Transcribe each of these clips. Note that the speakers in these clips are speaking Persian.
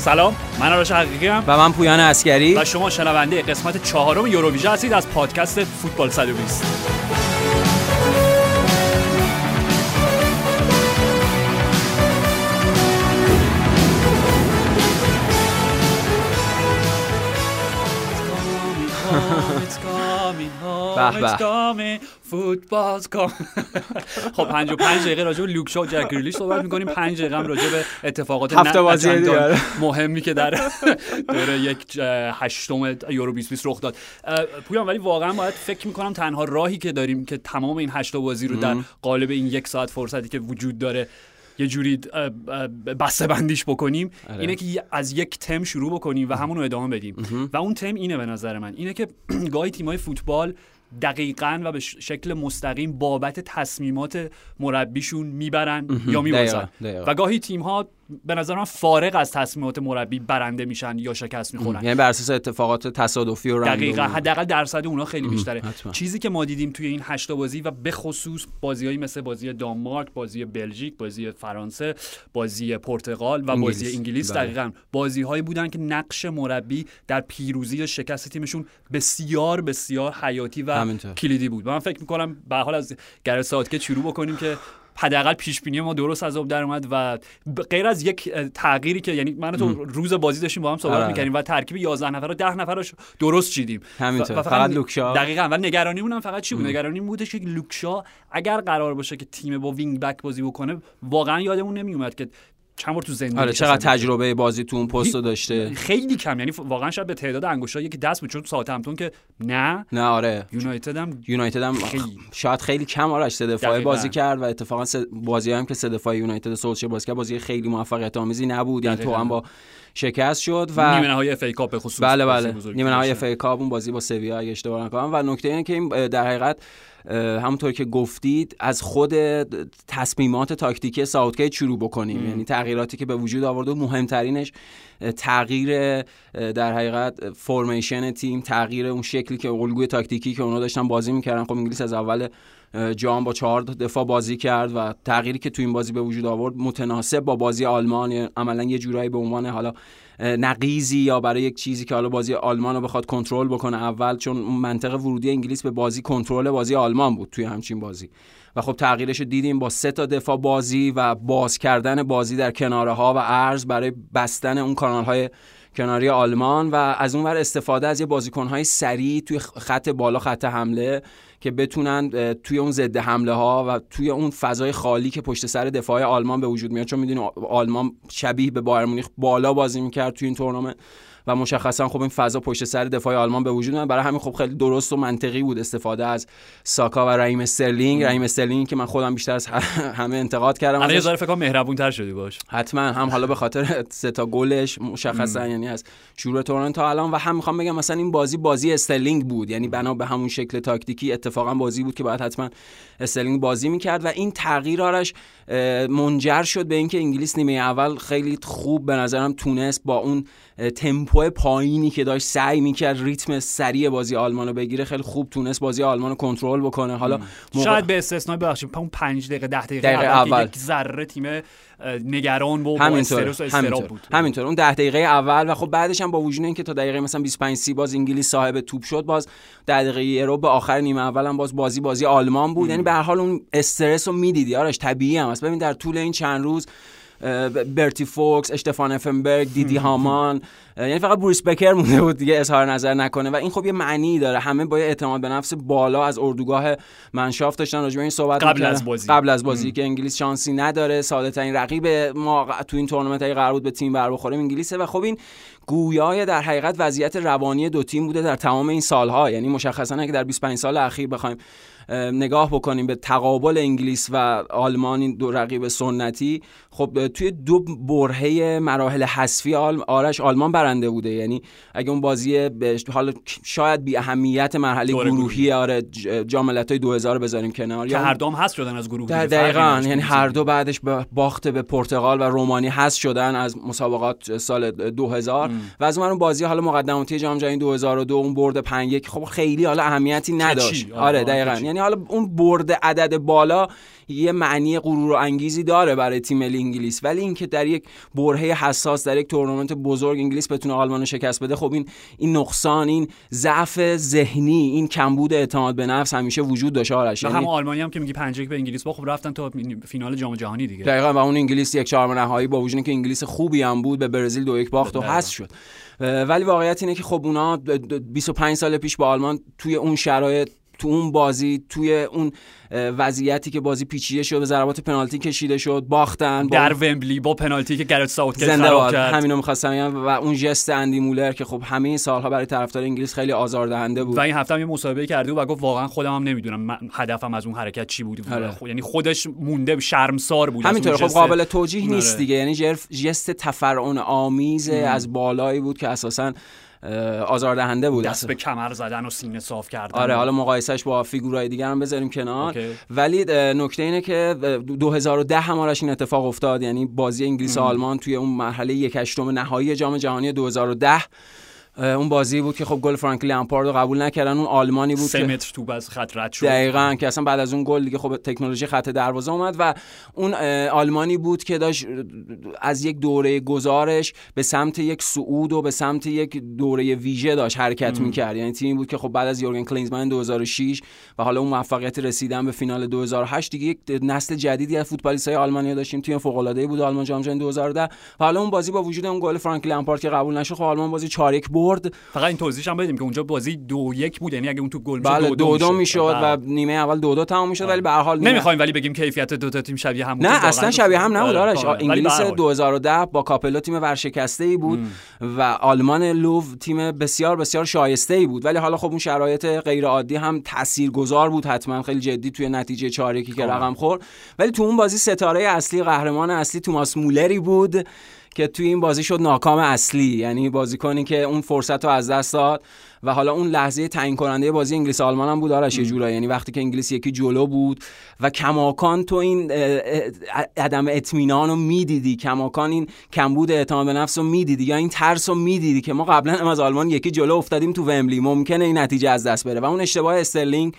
سلام، من آرش حقیقی ام و من پویان عسکری و شما شنونده قسمت 4 یوروویژن هستید از پادکست فوتبال 120. خب 55 دقیقه راجع به لوک شا و جک گریلیش صحبت می‌کنیم، 5 دقیقه هم راجع به اتفاقات مهمی که در دوره یک هشتم یورو 2020 رخ داد. پویان ولی واقعا باید فکر می‌کنم تنها راهی که داریم که تمام این 8 بازی رو در قالب این یک ساعت فرصتی که وجود داره یه جوری بسته بندیش بکنیم اینه که از یک تم شروع بکنیم و همون رو ادامه بدیم و اون تم اینه به نظر من اینه که گاهی تیم‌های فوتبال دقیقاً و به شکل مستقیم بابت تصمیمات مربیشون میبرن یا میبازن و گاهی تیم‌ها به نظر من فارغ از تصمیمات مربی برنده میشن یا شکست میخورن، یعنی بر اساس اتفاقات تصادفی و رندوم. دقیقاً حداقل درصد اونها خیلی بیشتره. چیزی که ما دیدیم توی این 8 بازی و به خصوص بازیایی مثل بازی دانمارک، بازی بلژیک، بازی فرانسه، بازی پرتغال و بازی انگلیس دقیقاً بازی‌هایی بودن که نقش مربی در پیروزی یا شکست تیمشون بسیار بسیار حیاتی و کلیدی بود. من فکر می‌کنم به حال از گرت ساوتگیت شروع بکنیم که حداقل پیش بینی ما درست از آب در اومد و غیر از یک تغییری که یعنی من تو روز بازی داشتیم با هم صحبت می‌کردیم و ترکیب 11 نفر و 10 نفرش درست چیدیم همینطور فقط لوکشا دقیقاً و نگرانیمون هم فقط چی بود؟ نگرانی بودش که لوکشا اگر قرار باشه که تیم با وینگ بک بازی بکنه واقعا یادمون نمیومد که چند بار تو زندگی چقدر تجربه بازی تو اون پست داشته. خیلی کم، یعنی واقعا شاید به تعداد انگشت‌ها یکی دست بود، چون ساوثهمپتون که نه آره یونایتد هم شاید خیلی کم آرش سه دفاعه بازی کرد و اتفاقا بازی‌ها هم که سه دفاعه یونایتد سولشر بازی کرد بازی خیلی موفقیت آمیزی نبود، یعنی تو هم با شکست شد و نیمه نهایی اف ای کاپ به خصوص بله نیمه نهایی اف ای کاپ اون بازی با سویا اگه اشتباه نکنم. و نکته اینه که این در حقیقت همونطور که گفتید از خود تصمیمات تاکتیکی ساوتگیت شروع بکنیم. یعنی تغییراتی که به وجود آورده مهمترینش تغییر در حقیقت فرمیشن تیم، تغییر اون شکلی که الگوی تاکتیکی که اونا داشتن بازی میکردن. خب انگلیس از اول جام با 4 دفاع بازی کرد و تغییری که تو این بازی به وجود آورد متناسب با بازی آلمان، عملا یه جورایی به عنوان حالا نقیضی یا برای یک چیزی که حالا بازی آلمان رو بخواد کنترل بکنه اول، چون منطقه ورودی انگلیس به بازی کنترل بازی آلمان بود توی همچین بازی و خب تغییرش دیدیم با 3 دفاع بازی و باز کردن بازی در کناره ها و عرض برای بستن اون کانال های کناری آلمان و از اون ور استفاده از یه بازیکن‌های سریع توی خط بالا، خط حمله که بتونن توی اون ضد حمله ها و توی اون فضای خالی که پشت سر دفاع آلمان به وجود میاد، چون میدونید آلمان شبیه به بایر مونیخ بالا بازی میکرد توی این تورنمنت و مشخصا خب این فضا پشت سر دفاع آلمان به وجود اومد. برای همین خب خیلی درست و منطقی بود استفاده از ساکا و رحیم استرلینگ که من خودم بیشتر از همه انتقاد کردم. الان یه ذره فکر کنم مهربون‌تر شدی باش. حتما هم حالا به خاطر 3 گلش مشخصا یعنی از شروع تورنمنت تا الان، و هم میخوام بگم مثلا این بازی استرلینگ بود، یعنی بنا به همون شکل تاکتیکی اتفاقا بازی بود که باید حتما استرلینگ بازی میکرد و این تغییر آرش منجر شد به اینکه انگلیس نیمه اول خیلی خوب به نظرم تونست با اون تمپو پایینی که داشت سعی میکرد ریتم سریع بازی آلمانو بگیره، خیلی خوب تونست بازی آلمانو کنترل بکنه. حالا شاید به استثنای ببخشید اون 5 دقیقه 10 دقیقه اول یک ذره تیم نگران بود و استرس و استراب بود. همینطور اون 10 دقیقه اول و خب بعدش هم با وجود اینکه تا دقیقه مثلا 25-30 باز انگلیس صاحب توپ شد، باز 10 دقیقه یورو به آخر نیمه اول هم باز بازی آلمان بود. یعنی به هر حال اون استرس رو میدیدی آرش، طبیعی هم است. ببین در طول این چند روز برتی فوکس، اشتفان افنبرگ، دیدی هامان، یعنی فقط بروس بکر مونده بود دیگه اظهار نظر نکنه و این خب یه معنی داره. همه با اعتماد به نفس بالا از اردوگاه منشافت داشتن راجع به این صحبت قبل از بازی که انگلیس شانسی نداره، ساده ترین رقیب ما تو این تورنمنت ای قرار بود به تیم بر بخوره انگلیسه و خب این گویای در حقیقت وضعیت روانی دو تیم بوده در تمام این سالها. یعنی مشخصا اگه در 25 سال اخیر بخوایم نگاه بکنیم به تقابل انگلیس و آلمان، این دو رقیب سنتی، خب توی 2 برهه مراحل حذفی آرش آلمان برنده بوده. یعنی اگه اون بازی حالا شاید بی اهمیت مرحله گروهی جام ملت‌های 2000 رو بذاریم کنار که هر دوم حذف شدن از گروه، دقیقاً یعنی هر دو بعدش به باخت به پرتغال و رومانی حذف شدن از مسابقات سال 2000 و از اون بازی حالا مقدماتی جام جهانی 2002 اون برد 5-1 خب خیلی حالا اهمیتی نداشت. آره دقیقاً، یعنی یعنی حالا اون برد عدد بالا یه معنی غرور انگیزی داره برای تیم ملی انگلیس، ولی اینکه در یک برهه حساس در یک تورنمنت بزرگ انگلیس بتونه آلمان رو شکست بده، خب این نقصان، این ضعف ذهنی، این کمبود اعتماد به نفس همیشه وجود داشته. آرش یعنی هم آلمانی هم که میگی 5-1 به انگلیس با، خب رفتن تا فینال جام جهانی دیگه. دقیقاً، و اون انگلیس یک چهارم نهایی با وجودی که انگلیس خوبی هم بود به برزیل 2-1 باخت و حذف شد. ولی واقعیت اینه که خب اونا 25 سال پیش با آلمان توی اون شرایط، تو اون بازی، توی اون وضعیتی که بازی پیچیده شد، به ضربات پنالتی کشیده شد، باختن در ومبلی با پنالتی که گرت ساوتگیت خراب کرد. همینو می‌خواستم بگم. و اون ژست اندی مولر که خب همه این سالها برای طرفدار انگلیس خیلی آزاردهنده بود. و این هفته هم یه مصاحبه کرده و گفت واقعا خودم هم نمیدونم هدفم از اون حرکت چی بود. یعنی خودش مونده، شرمسار بود. همینطور خب قابل توجیه نیست دیگه. یعنی ژست تفرعن آمیز از بالایی بود که اساساً آزاردهنده بود، دست به کمر زدن و سینه صاف کردن. آره، حالا مقایسهش با فیگورای دیگه هم بذاریم کنار. ولی نکته اینه که 2010 هم آرش این اتفاق افتاد، یعنی بازی انگلیس و آلمان توی اون مرحله 1/8 نهایی جام جهانی 2010 اون بازی بود که خب گل فرانک لمپارد رو قبول نکردن. اون آلمانی بود 3 متر توپ از خط رد شد. دقیقاً، که اصلا بعد از اون گل دیگه خب تکنولوژی خط دروازه اومد و اون آلمانی بود که داشت از یک دوره گذارش به سمت یک صعود و به سمت یک دوره ویژه داشت حرکت می‌کرد. یعنی تیمی بود که خب بعد از یورگن کلینزمن 2006 و حالا اون موفقیت رسیدن به فینال 2008 دیگه یک نسل جدیدی از فوتبالیست‌های آلمانی داشتیم. تیم فوق‌العاده‌ای بود آلمان جام جهانی 2010 و حالا اون بازی با وجود اون گل فرانک لمپارد که قبول نشد، خب آلمان بازی 4-1 برد. فقط این توضیحش هم بدیم که اونجا بازی 2-1 بود، یعنی اگه اون توپ گل میشد 2-2 میشد و نیمه اول 2-2 تمام میشد. ولی به هر حال نمیخوایم ولی بگیم کیفیت دو تا تیم شبیه هم بود. نه اصلا شبیه هم نبود. آرش انگلیس 2010 با کاپلو تیم ورشکسته‌ای بود و آلمان لوو تیم بسیار بسیار شایسته‌ای بود، ولی حالا خب اون شرایط غیر عادی هم تاثیرگذار بود حتما خیلی جدی توی نتیجه 4-1 که رقم خورد. ولی تو اون بازی ستاره اصلی، قهرمان اصلی توماس مولری بود که توی این بازی شد ناکام اصلی، یعنی بازیکنی که اون فرصت رو از دست داد و حالا اون لحظه تعیین کننده بازی انگلیس آلمان هم بود آرش یه جورایی. یعنی وقتی که انگلیس یکی جلو بود و کماکان تو این عدم اطمینان رو میدیدی، کماکان این کمبود اعتماد به نفس رو میدیدی یا این ترس رو میدیدی که ما قبلا هم از آلمان یکی جلو افتادیم تو ومبلی، ممکنه این نتیجه از دست بره. و اون اشتباه استرلینگ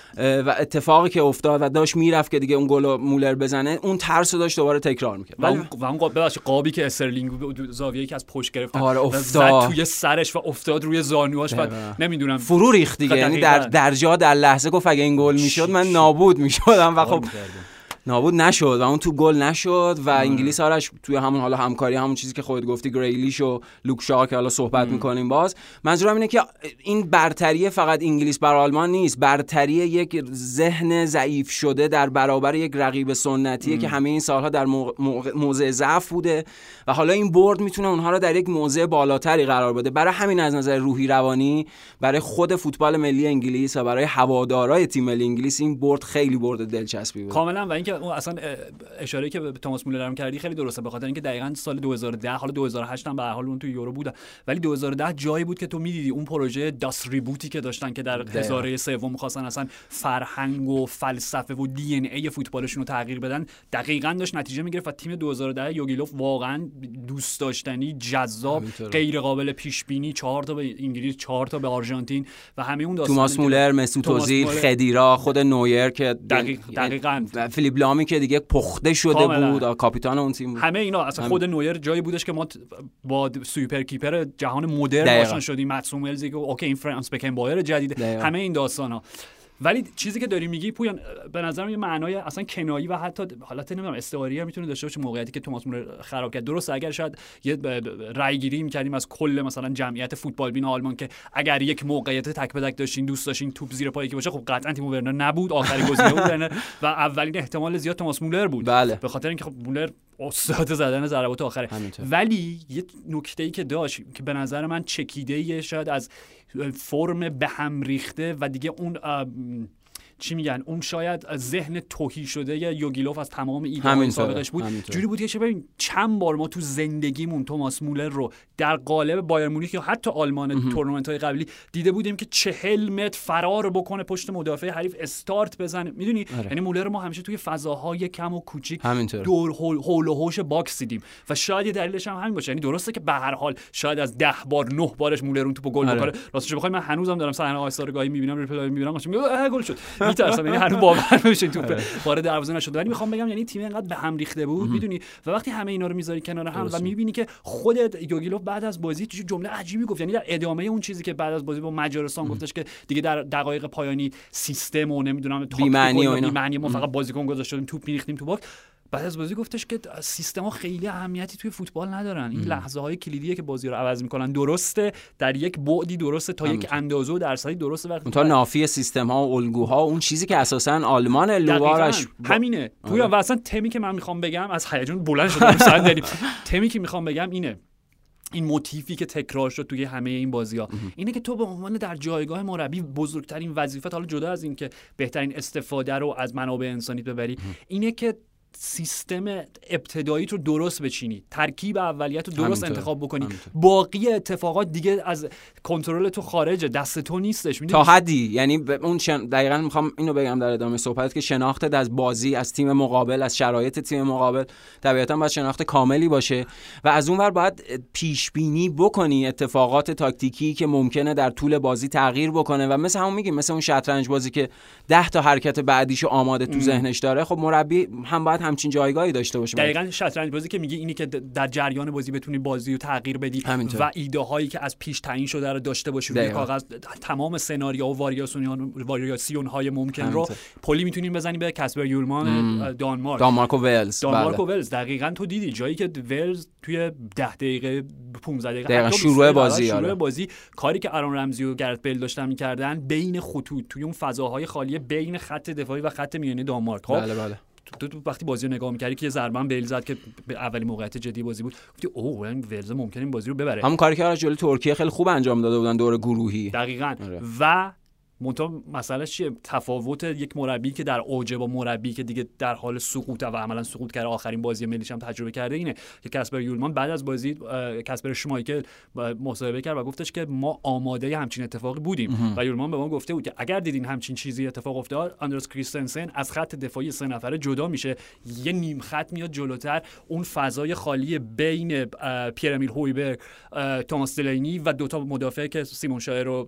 و اتفاقی که افتاد و داشت میرفت که دیگه اون گل مولر بزنه، اون ترس رو داشت دوباره تکرار میکرد. و اون قابی که استرلینگ زاویه‌ای که از پشت گرفت، افتاد توی سرش و افتاد روی زانوهاش و نمیدونم فرو ریخت دیگه. یعنی در جا در لحظه گفت اگه این گل میشد من نابود میشدم و خب نابود نشد و اون تو گل نشد و انگلیس آرش توی همون حالا همکاری، همون چیزی که خودت گفتی، گریلیش و لوک شا که حالا صحبت میکنیم باز، منظورم اینه که این برتری فقط انگلیس بر آلمان نیست، برتری یک ذهن ضعیف شده در برابر یک رقیب سنتیه که همه این سالها در موضع ضعف بوده و حالا این برد میتونه اونها رو در یک موضع بالاتری قرار بده. برای همین از نظر روحی روانی برای خود فوتبال ملی انگلیس و برای هوادارهای تیم ملی انگلیس این برد خیلی برد دلچسبی بود کاملا. و اینکه اصلا اشاره که به توماس مولر هم کردی خیلی درسته، به خاطر اینکه دقیقاً سال 2010 حالا 2008 هم به هر حال اون تو یورو بود، ولی 2010 جایی بود که تو میدیدی اون پروژه داس ریبوتی که داشتن که در هزاره سوم می‌خواستن اصلا فرهنگ و فلسفه و دی ان ای فوتبالشون رو تغییر بدن، دقیقاً داشت نتیجه میگرفت و تیم 2010 یوگیلوف واقعاً دوست داشتنی، جذاب، غیر قابل پیش بینی، 4 تا به انگلیس، 4 تا به آرژانتین و همه اون داستان توماس مولر، مسعود اوزیل، خدیرا، خود نویر که دقیقاً فیلیپ لامی که دیگه پخته شده بود، کاپیتان اون تیم بود. همه اینا اصلا خود نویر جایی بودش که ما با سوپر کیپر جهان مدرن آشنا شدیم، ماتسوم ولزی که اوکی این فرانس بکنبایر جدید، همه این داستانا. ولی چیزی که داری میگی پویان به نظرم یه معنای اصلا کنایی و حتی حالت نمیدونم استعاری هم میتونه داشته باشه موقعیتی که توماس مولر خراب کرد. درست اگر شاید یه رای گیری می‌کردیم از کل مثلا جمعیت فوتبال بین آلمان که اگر یک موقعیت تک به تک داشتین، دوست داشتین توپ زیر پای کی باشه، خب قطعا تیم ورنر نبود، آخری گزینه بود ورنر و اولین احتمال زیاد توماس مولر بود. بله. به خاطر اینکه خب مولر استاد زدن ضربات آخره. ولی یه نکته‌ای که داشت که به نظر من چکیده‌ای شاید از فرم به هم ریخته و دیگه اون چی میگن، اون شاید ذهن تهی شده یا یوگیلوف از تمام ایده‌های سابقش بود. جوری بود که ببین چند بار ما تو زندگیمون توماس مولر رو در قالب بایر مونیخ یا حتی آلمان تورنمنت‌های قبلی دیده بودیم که 40 متر فرار بکنه پشت مدافع حریف استارت بزنه، میدونی. یعنی مولر رو ما همیشه توی فضاهای کم و کوچیک دور هول و هوش باکس دیدیم و شاید یه دلیلش هم همین باشه. یعنی درسته که به هر حال شاید از 10 بار 9 بارش مولر اون توپو گل بکنه. راستش بخوای من هنوزم دارم صحنه آیسار گاهی میبینم، ریپلی میبینم، میگم گل شد. میترسم، یعنی هنوز باور نمیشه توپ وارد دروازه نشده. ولی میخوام بگم یعنی تیم اینقدر به هم ریخته بود میدونی، و وقتی همه اینا رو میذاری کنار هم و میبینی که خودت یوگیلوف بعد از بازی چه جمله عجیبی گفت، یعنی در ادامه اون چیزی که بعد از بازی با مجارستان گفتش که دیگه در دقایق پایانی سیستم و نمیدونم بی معنی ما فقط بازیکن گذاشتیم توپ میریختیم تو باکس. بعد از بازی گفتش که سیستم‌ها خیلی اهمیتی توی فوتبال ندارن، این لحظه‌های کلیدیه که بازی رو عوض می‌کنن. درسته در یک بعدی درسته، تا یک اندازه و درصدی درسته، وقتی تا نافی سیستم‌ها و الگوها اون چیزی که اساساً آلمان لوارش همینه. توی اصلا تمی که من می‌خوام بگم از هیجان بلند شدم صندلی. تمی که می‌خوام بگم اینه، این موتیفی که تکرار شد توی همه این بازی‌ها اینه که تو به عنوان در جایگاه مربی بزرگترین وظیفت، حالا جدا از این که بهترین استفاده رو از منابع انسانی ببری، اینه که سیستم ابتدایی تو درست بچینی، ترکیب اولیت رو درست انتخاب بکنی. باقی اتفاقات دیگه از کنترل تو خارجه، دست تو نیستش تا حدی. یعنی اون دقیقاً میخوام اینو بگم در ادامه صحبت که شناختت از بازی، از تیم مقابل، از شرایط تیم مقابل طبیعتاً باید شناخت کاملی باشه و از اون ور باید پیش بینی بکنی اتفاقات تاکتیکی که ممکنه در طول بازی تغییر بکنه و مثل همون میگیم مثل اون شطرنج بازی که 10 تا حرکت بعدیشو آماده تو ذهنش داره. خب مربی هم باید همچین جایگاهی داشته باشه. دقیقاً شطرنج بازی که میگی اینی که در جریان بازی بتونی بازی رو تغییر بدی و ایده هایی که از پیش تعیین شده رو داشته باشی روی کاغذ، تمام سناریو و واریاسیون های ممکن رو پلی میتونیم بزنیم به کاسپر یولمان دانمارک و ولز. دقیقاً تو دیدی جایی که ولز توی 10 دقیقه 15 دقیقه شروع بازی کاری که آرون رمزی و گرت بیل داشتن می‌کردن بین خطوط توی اون فضاهای خالی بین خط دفاعی و خط میانی دانمارک. بله. تو وقتی بازی رو نگاه می‌کردی که یه ضربه بیل زد که به اولین موقعیت جدی بازی بود، گفتی اوه این ولز ممکنه این بازی رو ببره. همون کاری که جلوی ترکیه خیلی خوب انجام داده بودن دور گروهی. دقیقاً. و منتها مسئله چیه؟ تفاوت یک مربی که در اوج با مربی که دیگه در حال سقوط و عملا سقوط کرده، آخرین بازی ملیش هم تجربه کرده، اینه که کاسپر یولمان بعد از بازی کاسپر شمایکل مصاحبه کرد و گفتش که ما آماده همچین اتفاقی بودیم و یولمان به ما گفته بود که اگر دیدین همچین چیزی اتفاق افتاد، آندرس کریستنسن از خط دفاعی 3 نفره جدا میشه، یه نیم خط میاد جلوتر، اون فضای خالی بین پیر امیل هویبرگ، توماس دلینی و دوتا مدافع که سیمون شایر رو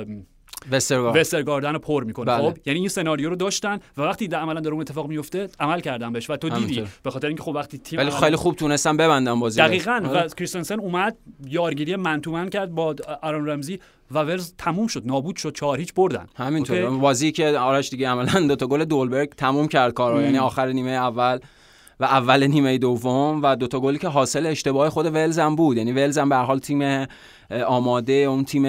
وسترگاردن رو پر میکنه. خب یعنی این سناریو رو داشتن و وقتی در عملا در اون اتفاق میفته عمل کردن بهش و تو دیدی به خاطر اینکه خب وقتی تیم ولی خیلی خوب تونستن ببندن بازی. دقیقاً. و کریستنسن اومد یارگیری من تو من کرد با آرون رمزی و ولز تموم شد، نابود شد، 4-0 بردن. همینطور بازی که آرش دیگه عملا 2 تا گل دولبرگ تموم کرد کارو، یعنی آخر نیمه اول و اول نیمه دوم و 2 تا گلی که حاصل اشتباه خود ولز هم بود. یعنی ولز هم به هر حال تیم آماده، اون تیم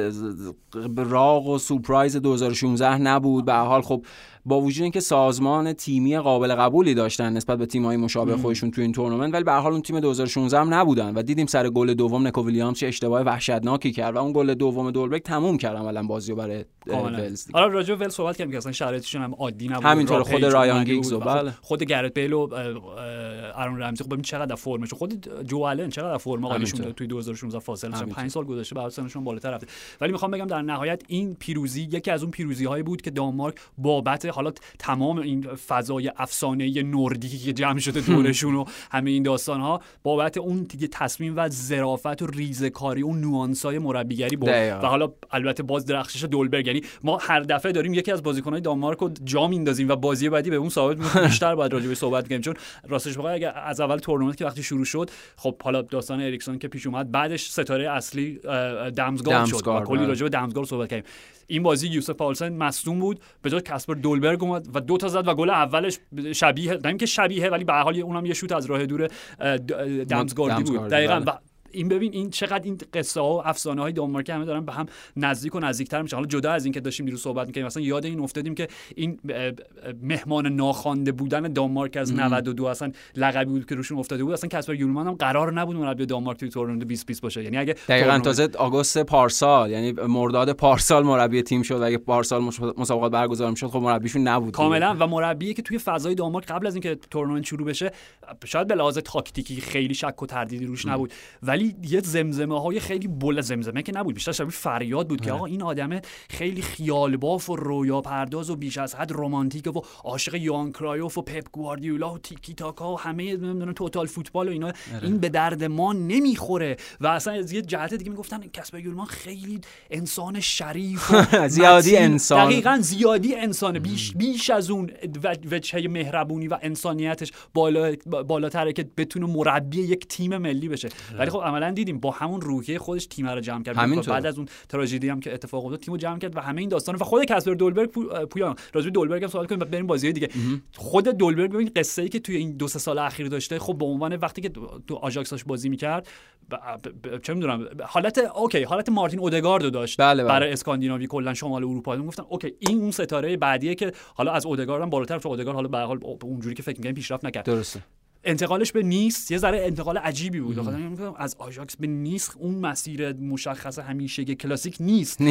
راق و سورپرایز 2016 نبود. به هر حال خب با وجود اینکه سازمان تیمی قابل قبولی داشتن نسبت به تیم‌های مشابه خودشون تو این تورنمنت، ولی به هر حال اون تیم 2016 هم نبودن و دیدیم سر گل دوم نیکو ویلیامز چه اشتباه وحشتناکی کرد و اون گل دوم دولبرگ تموم کرد عملاً بازیو برای ولز. حالا راجع به ولز صحبت کردیم که اصلا شرایطشون هم عادی نبود. همینطور خود رایان گیگز و بله خود گرت بیل و آرون رمزی خب ببین چقدر فرمش، خود جو آلن چقدر فرم عالیشون توی 2016 فاصله 5 سال گذشته بعد سنشون بالاتر رفته. ولی میخوام بگم در نهایت این پیروزی یکی از اون پیروزی‌هایی بود که دانمارک بابت حالا تمام این فضای افسانه‌ای نوردیکی که جمع شده دورشون و همه این داستان‌ها بابت اون دیگه تصمیم و ظرافت و ریزه‌کاری اون نوانس‌های مربیگری بود. و حالا البته باز درخشش دولبرگ، یعنی ما هر دفعه داریم یکی از بازیکن‌های دانمارک رو جا میندازیم و بازی بعدی به اون ثابت می‌کنه بیشتر باید راجع به صحبت کنیم، چون راستش بخوای اگه از اول تورنمنت که وقتی شروع شد خب حالا داستان اریکسون که پیش اومد، بعدش ستاره اصلی دمزگارد شد و کلی راجع به دمزگارد صحبت کردیم. این بازی یوسف پاولسن مصدوم بود، به جای کاسپر دولبرگ اومد و 2 تا زد و گل اولش شبیه، نمیگم که شبیه ولی به هر حال اونم یه شوت از راه دور دمزگاردی بود. دقیقاً. این ببین این چقدر این قصه ها و افسانه های دانمارک همه دارن به هم نزدیک و نزدیکتر میشن. حالا جدا از این که داشتیم دیروز صحبت می‌کردیم مثلا یاد این افتادیم که این مهمان ناخوانده بودن دانمارک از 92 اصلا لقبی بود که روشون افتاده بود. اصلا کاسپر یولمان هم قرار نبود مربی دانمارک توی تورنمنت 2020 باشه. یعنی اگه دقیقاً تازه آگوست پارسال، یعنی مرداد پارسال مربی تیم شد و اگه پارسال مسابقات برگزار می‌شد خب مربیشون نبود کاملا. و مربی که توی فضای دانمارک قبل از اینکه تورنمنت شروع بشه شاید به لحاظ تاکتیکی خیلی شک و تردیدی روش نبود، ولی ولی یه زمزمه‌های خیلی بلند، زمزمه که نبود، بیشتر شبیه فریاد بود که آقا این آدمه خیلی خیالباف و رویا پرداز و بیش از حد رمانتیکه و عاشق یوان کرایوف و پپ گواردیولا و تیکی تاکا و همه نمیدونم توتال فوتبال و اینا. این به درد ما نمیخوره. و اصلا از یه جهت دیگه میگفتن کسبر یولمان خیلی انسان شریف و زیادی انسان، دقیقاً زیادی انسان، بیش از اون وجهه مهربونی و انسانیتش بالاتره که بتونه مربی یک تیم ملی بشه. ولی خب عملاً دیدیم با همون روحیه خودش تیم رو جمع کرد. بعد از اون تراژدی هم که اتفاق افتاد تیمو جمع کرد و همه این داستان. و خود کاسپر دولبرگ پویان راجع به دولبرگ هم سوال کنیم بریم بازی دیگه. خود دولبرگ ببین قصه‌ای که توی این 2-3 سال اخیر داشته، خب به عنوان وقتی که تو آژاکس داشت بازی می‌کرد چه می‌دونم حالت مارتین اودگارد داشت برای اسکاندیناوی کلا شمال اروپا. گفتن اوکی این اون ستاره بعدیه که حالا از اودگارد هم بالاتر، چون اودگارد حالا به هر حال اونجوری که فکر می‌کنیم پیشرفت نکرد. درسته. انتقالش به نیس یه ذره انتقال عجیبی بود. خاطر از آژاکس به نیس اون مسیر مشخص همیشگی کلاسیک نیست.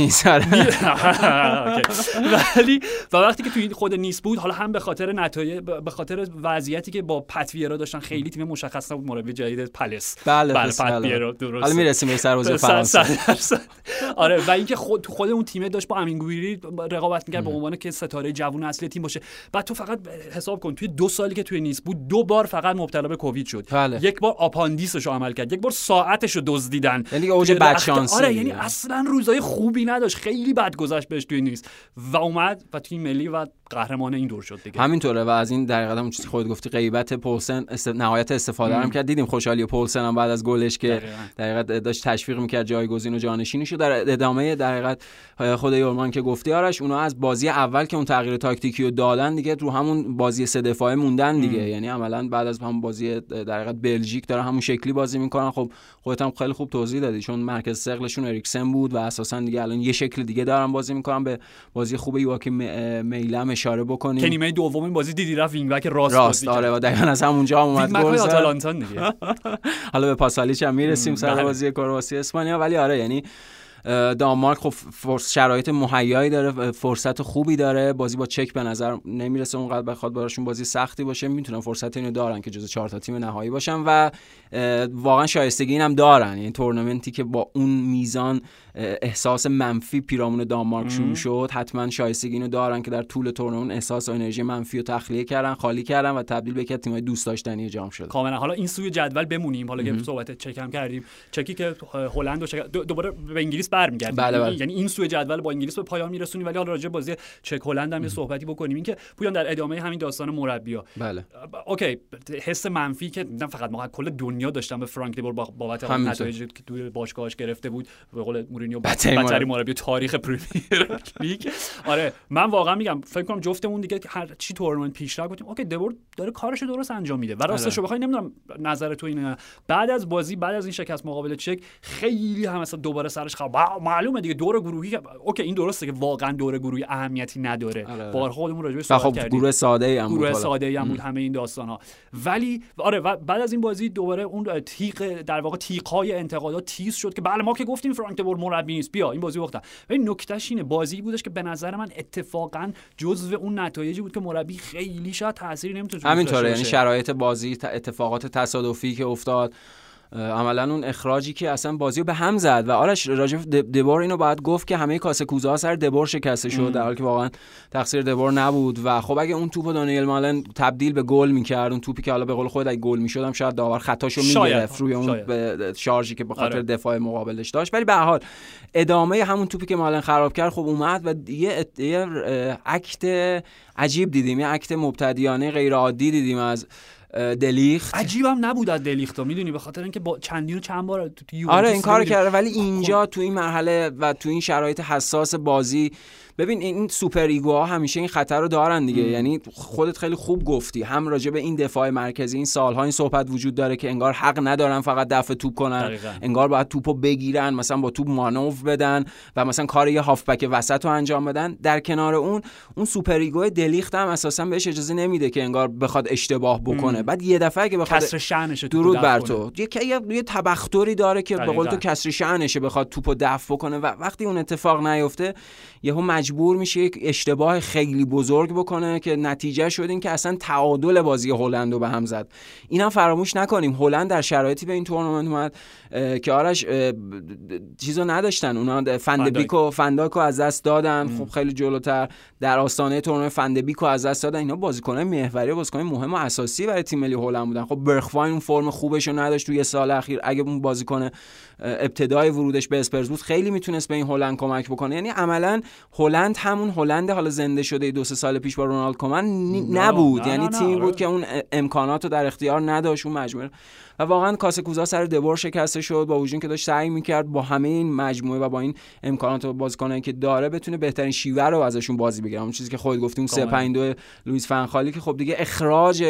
ولی و وقتی که توی خود نیس بود، حالا هم به خاطر نتایج، به خاطر وضعیتی که با پتویرا داشتن، خیلی تیم مشخص نبود. مربی جدید پالاس، بله پتویرا، درست. حالا میرسیم به سرباز فرانسه. آره، و اینکه خود اون تیم داشت با امینگویری رقابت می‌کرد به عنوان که ستاره جوون اصلی تیم باشه. بعد تو فقط حساب کن توی 2 سالی که توی نیس بود 2 بار فقط مبتلا به کووید شد. یک بار آپاندیسش رو عمل کرد، یک بار ساعتش رو دزدیدن. یعنی اوج بدشانسی. آره، یعنی اصلا روزای خوبی نداشت، خیلی بد گذشت بهش توی نیست و اومد و تیم ملی و قهرمان این دور شد دیگه. همینطوره. و از این در حقیقت اون چیزی خودت گفتی، غیبت پولسن نهایت استفاده هم کرد. دیدیم خوشحالی پولسن هم بعد از گلش که در حقیقت داشت تشویق می‌کرد جایگزین و جانشینش رو. در ادامه در حقیقت خود یورمان که گفتی آرش، اونا از بازی اول که اون تغییر تاکتیکی رو دادن دیگه رو همون بازی 3 دفاعه موندن دیگه. یعنی عملاً بعد از همون بازی در حقیقت بلژیک داره همون شکلی بازی میکنن. خب خودت هم خیلی خوب توضیح دادی، چون مرکز ثقلشون اریکسن بود و اساسا دیگه الان یه شکل دیگه دارن بازی میکنن. به بازی خوب یواکیم میلم اشاره بکنیم که نیمه دوم این بازی دیدی رفت وینگ بک راست بازی کرد. آره، و دقیقاً از همونجا هم اومد گل زد. آتالانتا دیگه. حالا به پاسالیچ هم میرسیم سر بازی کرواسی اسپانیا. ولی آره، یعنی دانمارک خب شرایط مهیایی داره، فرصت خوبی داره. بازی با چک به نظر نمیرسه اونقدر بخواد براشون بازی سختی باشه. میتونن فرصت اینو دارن که جزو 4 تا تیم نهایی باشن و واقعا شایستگی اینم دارن. یعنی تورنمنتی که با اون میزان احساس منفی پیرامون دانمارک شروع شد، حتما شایستگی اینو دارن که در طول تورنمنت احساس و انرژی منفی رو تخلیه کردن، خالی کردن و تبدیل به یک تیمای دوست داشتنی جام شدن. کاملا. حالا این سوی جدول بمونیم، حالا که صحبت چک هم کردیم، چکی که هلند و دوباره به انگلیس برمیگردیم. بله. یعنی این سوی جدول با انگلیس به پایان میرسونیم. ولی حالا راجع به بازی چک هلند هم یه صحبتی بکنیم. این که پویان در ادامه همین داستان مربی‌ها، بله اوکی، حس منفی که نه فقط ما، کل دنیا داشتن به فرانک دیبور بابت نتایجی که توی باشگاهش گرفته بود، به قول مورینیو بدترین مربی تاریخ پرمیر لیگ. آره، من واقعا میگم فکر کنم جفتمون دیگه هر چی تورنمنت پیش رفت گفتیم اوکی دیبور داره کارش درست انجام میده. و راستش رو بخوای نمیدونم نظر تو اینه، بعد از بازی، بعد از این شکست مقابل چک خیلی هم مثلا دوباره سرش خراب. معلومه دیگه دور گروهی اوکی این درسته که واقعا دور گروهی اهمیتی نداره. بار خودمون راجع به صحبت کردیم. گروه ساده‌ای هم بود همه این داستانا. ولی آره، بعد از این بازی دوباره اون تیغ در واقع تیغ‌های انتقادات تیز شد که بله ما که گفتیم فرانک دیبور مربی نیست، بیا این بازی وقتا. ولی نکتهش اینه بازی بودش که به نظر من اتفاقا جزو اون نتایجی بود که مربی خیلی شاید تأثیری نمیتونه همینطوره. یعنی شرایط بازی، اتفاقات تصادفی که افتاد، عملا اون اخراجی که اصلا بازیو به هم زد. و آرش راجع به دبور اینو باید گفت که همه کاسه کوزه ها سر دبور شکسته شد، در حالی که واقعا تقصیر دبور نبود. و خب اگه اون توپو دانیل مالن تبدیل به گل می‌کرد، اون توپی که حالا به قول خودت اگه گل می‌شد هم شاید داور خطاشو می‌گرفت روی اون شارژی که به خاطر دفاع مقابلش داشت. ولی به هر حال ادامه همون توپی که مالن خراب کرد خب اومد و یه اکت عجیب دیدیم، یه اکت مبتدیانه غیر عادی دیدیم از دلیخت. عجیبم نبود از دلیخت، میدونی، به خاطر اینکه با چند بار تو آره این کارو کرده. ولی اینجا تو این مرحله و تو این شرایط حساس بازی، ببین این سوپر ایگوها همیشه این خطر رو دارن دیگه. یعنی خودت خیلی خوب گفتی، هم راجع به این دفاع مرکزی این سالها این صحبت وجود داره که انگار حق ندارن فقط دفع توپ کنن، دقیقا. انگار باید توپو بگیرن، مثلا با توپ مانور بدن و مثلا کار یه هافبک وسط رو انجام بدن. در کنار اون سوپر ایگو دلیخت هم اساسا بهش اجازه نمیده که انگار بخواد اشتباه بکنه. میکنه. بعد یه دفعه اگه بخواد کسر شأنشه درود بر تو، یه تبختری داره که به قول تو کسر شأنشه بخواد توپو دفع بکنه و وقتی اون اتفاق نیفته یهو مجبور میشه یک اشتباه خیلی بزرگ بکنه که نتیجه شد این که اصلا تعادل بازی هلند رو به هم زد. اینم فراموش نکنیم هلند در شرایطی به این تورنمنت اومد که آرش چیزو نداشتن، اونا فنداکو از دست دادن. خب خیلی جلوتر در آستانه تورنمنت فندبیکو از دست دادن. اینا بازیکنان محوری، بازیکن مهم و اساسی برای تیم ملی هلند بودن. خب برخواین اون فرم خوبش رو نداشت توی سال اخیر. اگه اون بازیکن ابتدای ورودش به اسپرز بود خیلی میتونست به این هلند کمک بکنه. یعنی عملاً هلند همون هلند حالا زنده شده 2-3 سال پیش با رونالد کومن نبود. یعنی تیمی بود که اون امکانات رو در اختیار نداشت، اون مجموعه. و واقعا کاسه کوزا سر دبور شکسته شد با وجودی که داشت سعی میکرد با همه این مجموعه و با این امکانات و بازیکنایی که داره بتونه بهترین شیوه رو ازشون بازی بگیره. اون چیزی که خودت گفتی اون 3-5-2 لوئیس فنخالی که خب دیگه اخراج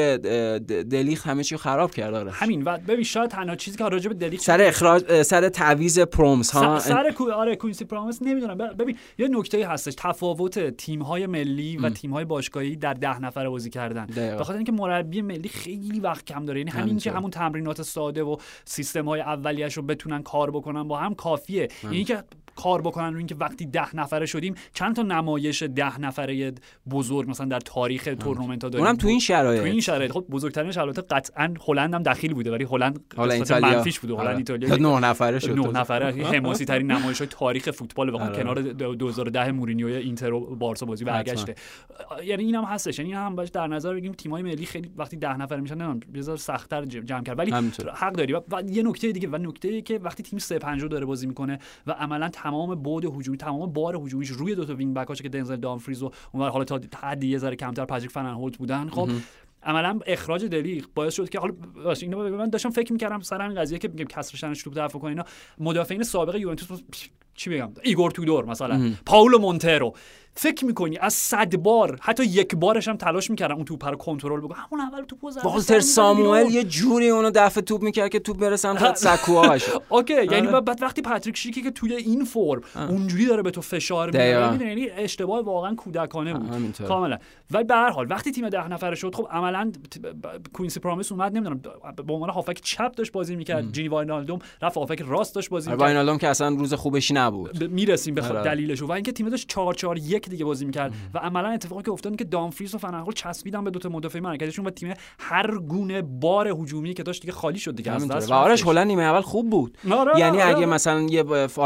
دلیخت همه چی رو خراب کرد. داره همین. و ببین شاید تنها چیزی که راجع به دلیخت سر اخراج سر تعویض پرومس ها آره کوینسی پرومس نمیدونم. ببین یه نکته‌ای هستش، تفاوت تیم‌های ملی و تیم‌های باشگاهی در 10 نفره بازی کردن. به خاطر اینکه مربی ملی خیلی وقت کم داره. یعنی همین که همون تمرینات ساده و سیستم‌های اولیه‌اش رو بتونن کار بکنن با هم کافیه. یعنی که کار بکنن رو اینکه وقتی 10 نفره شدیم چند تا نمایش 10 نفره بزرگ مثلا در تاریخ تورنمنت‌ها داریم. اونم تو این شرایط خب بزرگترین شرایط قطعاً هلند هم دخیل بوده، ولی هلند منفیش بوده. هلند ایتالیا 9 نفره شد. 9 نفره حماسی ترین نمایش‌های تاریخ فوتبال واقعا کنار 2010 مورینیو اینتر و بارسا بازی برگشته. یعنی اینم هستش. یعنی هم باید در نظر بگیریم تیم‌های ملی خیلی وقتی 10 نفره میشن نمیدونم بذار سخت‌تر جمع کرد، ولی حق داری. و یه نکته دیگه، و نکته‌ای که وقتی تیم 3-5 داره بازی میکنه و عملاً تمام بعد هجومی، تمام بار هجومیش روی دو تا وینگ بک‌هاشه که دنزل دامفریز و اونور حالا تا حدی یه ذره کمتر پاتریک فننهولت بودن. خب عملاً اخراج دلیخت باعث شد که حالا اینا من داشتم فکر می‌کردم سر همین قضیه که میگم کسر شأنش توپ دفع کنه، اینا مدافعین سابق یوونتوس چی بگم، ایگور تودور مثلا، پاولو مونترو، فکر میکنی از 100 بار حتی یک بارش هم تلاش میکردم اون توپ رو کنترل بکنم، همون اول توپو زد. والتر ساموئل یه جوری اونو دفع توپ میکرد که توپ برسن تا سکوهاش. اوکی، یعنی بعد وقتی پاتریک شیکی که توی این فرم اونجوری داره به تو فشار میاره، میدونی یعنی اشتباه واقعا کودکانه بود کاملا. ولی به هر حال وقتی تیم 10 نفره شد، خب عملا کوینسی پرومیس اومد، نمیدونم به عنوان هافک چپ داشت بازی میکرد، جینی واینالدوم رفت هافک راست داشت بازی میکرد. واینالدوم که اصلا روز خوبش نبود، میرسیم به دلیلش. و اینکه تیم داشت 4-4-1 دیگه بازی میکرد و عملا اتفاقی که افتاد که دامفریز و فننهول چسبیدن به دو تا مدافع مرکزیشون و تیم هر گونه بار هجومی که داشت دیگه خالی شد دیگه از دست. و آرش هلند نیمه اول خوب بود. یعنی اگه مثلا یه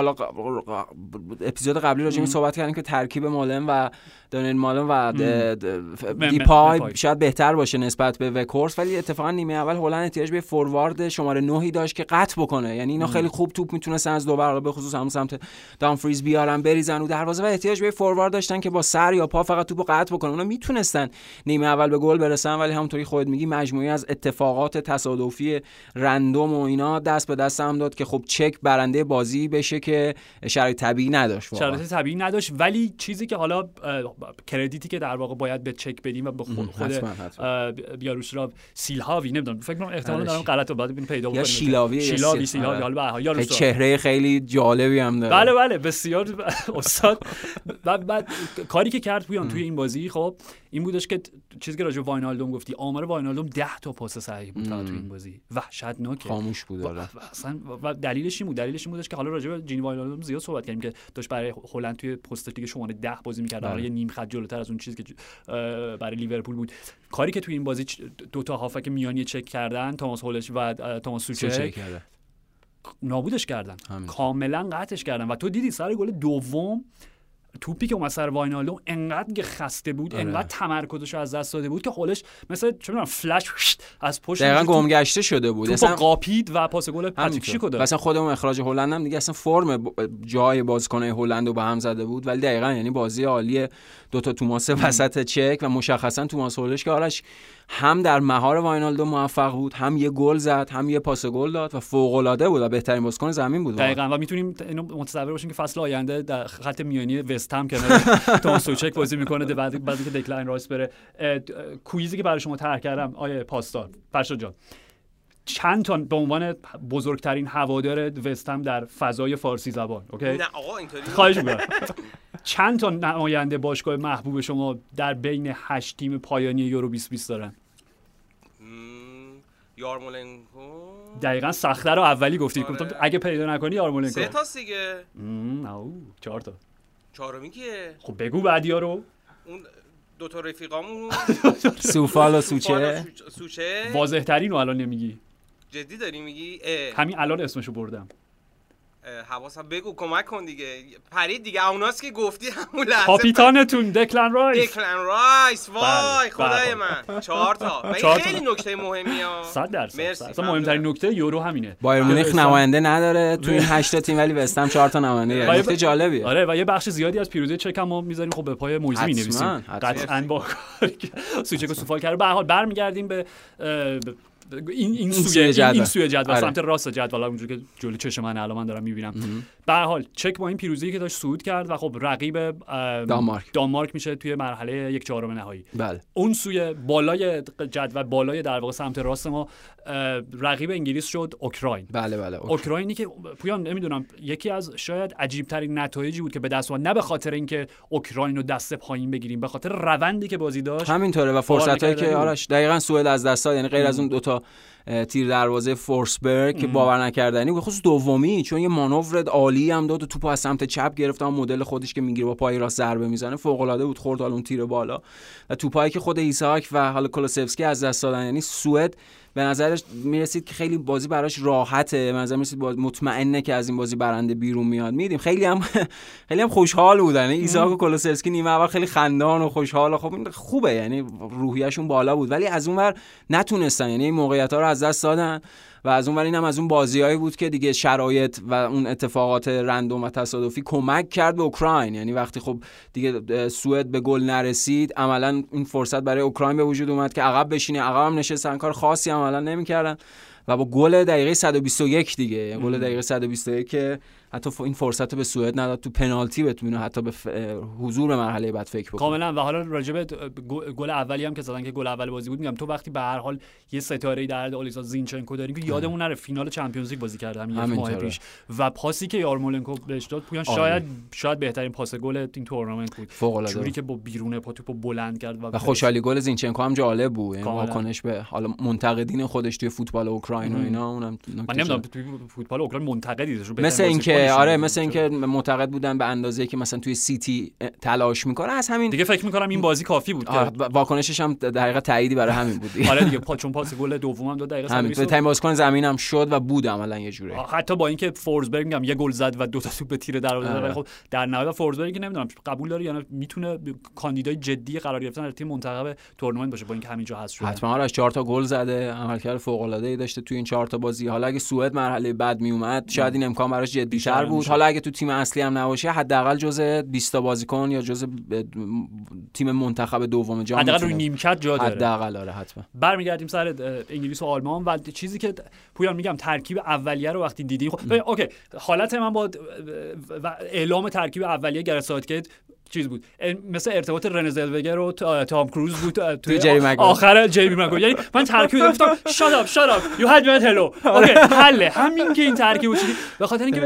اپیزود قبلی راجع به صحبت کردیم که ترکیب مالن و دانیل مالن و دیپای شاید بهتر باشه نسبت به وکورس، ولی اتفاقا نیمه اول هلند احتیاج به فوروارد شماره 9 داشت که قطع بکنه. یعنی اینا خیلی خوب توپ میتونستن از دو برابر به خصوص همون سمت دامفریز بیارن بریزن رو دروازه و احتیاج به فوروارد داشتن که با سر یا پا فقط توپو قطع بکنه. اونا میتونستن نیمه اول به گل برسن، ولی همونطوری خودت میگی مجموعی از اتفاقات تصادفی رندوم و اینا دست به دست هم داد که خب چک برنده بازی بشه که شرایط طبیعی نداشت. شرایط طبیعی نداشت، ولی چیزی که حالا کردیتی که در واقع باید به چک بدیم و به خود یاروسلاو سیلهاوی، نمیدونم فکر کنم احتمال دارم غلطو بعد ببین پیدا بکنیم، شیلاوی حالا به یاروسلاو چهره خیلی جالبی هم داره. بله بسیار استاد. بعد کاری که کرد توی این بازی خب این بودش که چیزی که راجع به واینالدوم گفتی، آمار واینالدوم 10 تا پاس صحیح بود توی این بازی، وحشتناکه، خاموش بود. اصلا و دلیلش این بودش که حالا راجع به جینی واینالدوم زیاد صحبت کردیم که داشت برای هلند توی پست لیگ شماره 10 بازی می‌کرد، برای نیم خط جلوتر از اون چیزی که برای لیورپول بود. کاری که توی این بازی دو تا هافک میانی چک کردن، توماس هولش و توماس سوچک نابودش کردن، کاملا قطعش کردن. و تو دیدی سر گل دوم توپی که اومد سر واینالدوم انقدر خسته بود، انقدر تمرکزش از دست داده بود که هولش مثلا چه می‌دونم فلش از پشت دقیقاً گمگشته شده بود، اصلا قاپید و پاس گل پاتریک شیکو داد. مثلا خودمون اخراج هلند هم دیگه اصلا فرم جای بازیکن‌های هلند رو به هم زده بود، ولی دقیقاً یعنی بازی عالی دو تا توماس وسط چک و مشخصا توماس هولش که آرش هم در مهار واینالدوم موفق بود، هم یه گل زد، هم یه پاس گل داد و فوق‌العاده بود و بهترین بازیکن زمین بود. دقیقاً. و میتونیم اینو متصور باشیم که فصل آینده در خط میانی وست هم کنار توماس سوچک بازی میکنه بعد اینکه دکلین رایس بره. کویزی که برای شما طرح کردم آیه پاسدار فرشاد جان، چند تا به عنوان بزرگترین هوادار وست هم در فضای فارسی زبان، اوکی؟ نه آقا اینطوری خواهش می‌کنم. چند تا نماینده باشگاه محبوب شما در بین 8 تیم پایانی یورو 2020 دارن؟ یارمولنکو دقیقاً سخته رو اولی گفتی. گفتم اگه پیدا نکنی یارمولنکو 3 تا دیگه. او 4 تا. چهارمی کیه؟ خب بگو بعدیا رو. اون دو تا رفیقامون سوفال و سوچه. واضح ترین رو الان نمیگی؟ جدی داری میگی؟ همین الان اسمشو بردم. حواسم بگو کمک کن دیگه. پرید دیگه. اوناست که گفتی همون لحظه. کاپیتانتون دکلن رایس. وای خدای من. 4 تا. این خیلی نکته مهمیه. 100%. اصلا مهمترین نکته یورو همینه. بایر مونیخ نماینده نداره تو این 8 تا تیم ولی وستهم 4 تا نماینده داره. نکته جالبیه. آره و یه بخش زیادی از پیروزی چک هم ما میذاریم خب به پای مویزی می‌نویسیم. قطعاً با سوچکو سوفال کرده. به هر حال برمیگردیم به این سوی جدول سمت راست جدول اونجوری که جلوی چشم من الان من دارم میبینم. به هر حال چک با این پیروزی که داشت صعود کرد و خب رقیب دانمارک میشه توی مرحله 1/4 نهایی. بله. اون سوی بالای جدول بالای در واقع سمت راست ما رقیب انگلیس شد اوکراین. بله اوکراینی که پویان نمیدونم یکی از شاید عجیب ترین نتایجی بود که به دست اومد، نه به خاطر اینکه اوکراین رو دست پایین بگیریم، به خاطر روندی که بازی داشت. همینطوره و فرصتایی که آرش دقیقاً سوئد از دست داد، یعنی غیر از اون دوتا تیر دروازه فورسبرگ که باور نکردنی بود، خصوص دومی چون یه مانور عالی هم داد و توپو از سمت چپ گرفت، اون مدل خودش که میگیره با پای راست ضربه میزنه فوق العاده بود، خورد اون تیر بالا و توپایی که خود ایساک و حالا کولوسفسکی از دست دادن. یعنی سوئد به نظرش میرسید که خیلی بازی براش راحته، به نظر میرسید مطمئنه که از این بازی برنده بیرون میاد. میدیم خیلی هم خوشحال بودن، ایساک و کولوسفسکی نیمه اول خیلی خندان و خوشحال، خب این خوبه، یعنی روحیه‌شون بالا بود، ولی از اونور نتونستن، یعنی این موقعیت‌ها رو از دست دادن و از اونور اینم از اون بازیایی بود که دیگه شرایط و اون اتفاقات رندوم و تصادفی کمک کرد به اوکراین. یعنی وقتی خب دیگه سوئد به گل نرسید، عملاً این فرصت برای اوکراین به وجود اومد که عقب بشینه، عقب هم نشستن، کار خاصی عملاً نمی‌کردن و با گل دقیقه 121 دیگه، گل دقیقه 121 که حتی این فرصت به سوئد نداد تو پنالتی بتونه حتی به حضور مرحله بعد فکر بکنه کاملا. و حالا راجع به گل اولی هم که زدن که گل اول بازی بود، میگم تو وقتی به هر حال یه ستاره‌ای در حد اولیسا زینچنکو داریم که یادمون نره فینال چمپیونز لیگ بازی کرد همین یک ماه پیش و پاسی که یارمولنکو بهش داد پویان شاید بهترین پاس گل این تورنمنت بود، جوری که با بیرون پا توپو بلند کرد و خوشحالی گل زینچنکو هم جالب بود، یعنی واکنش به حالا منتقدین خودش توی فوتبال اوکراین و اینا، اونم من نمیدونم توی فوتبال اوکراین منتقدی داشت، مثل اینکه آره مثل اینکه معتقد بودن به اندازه‌ای که مثلا توی سیتی تلاش میکنه، از همین دیگه فکر میکنم این بازی کافی بود. واکنشش هم در حقیقت تاییدی برای همین بود. آره دیگه چون پاس گل دومم دو دقیقه همین تایم بازیکن زمینم شد و بود عملا یه جوری، حتی با اینکه فورسبرگ میگم یه گل زد و دو تا توپ به تیر دروازه زد، ولی خب در نهایت فورسبرگ نمیدونم قبول داره یا نه میتونه کاندیدای جدی قرار گرفتن در تیم منتخب تورنمنت باشه با اینکه همینجا هست شده. حتما آرش 4 تا گل زده، عملکرد فوق العاده ای داشته توی این 4 تا بازی. حالا اگه سوئد مرحله بعد می اومد شاید این امکان براش جدی‌تر بود. حالا اگه تو تیم اصلی هم نباشه حداقل جزء 20 تا بازیکن یا جزء تیم منتخب دوم جام حداقل روی نیمکت جا داره. حداقل آره حتما. برمیگردیم سر انگلیس و آلمان و چیزی که پویان میگم ترکیب اولیه رو وقتی دیدیم خب اوکی حالت من با اعلام ترکیب اولیه گرساتگیت چیز بود، مثل ارتباط رنه زلوگر و تام کروز بود توی آخر جیمی مگو. یعنی من ترکیب گفتم shut up you had me hello اوکی حله همین که این ترکیب چیزی به خاطر اینکه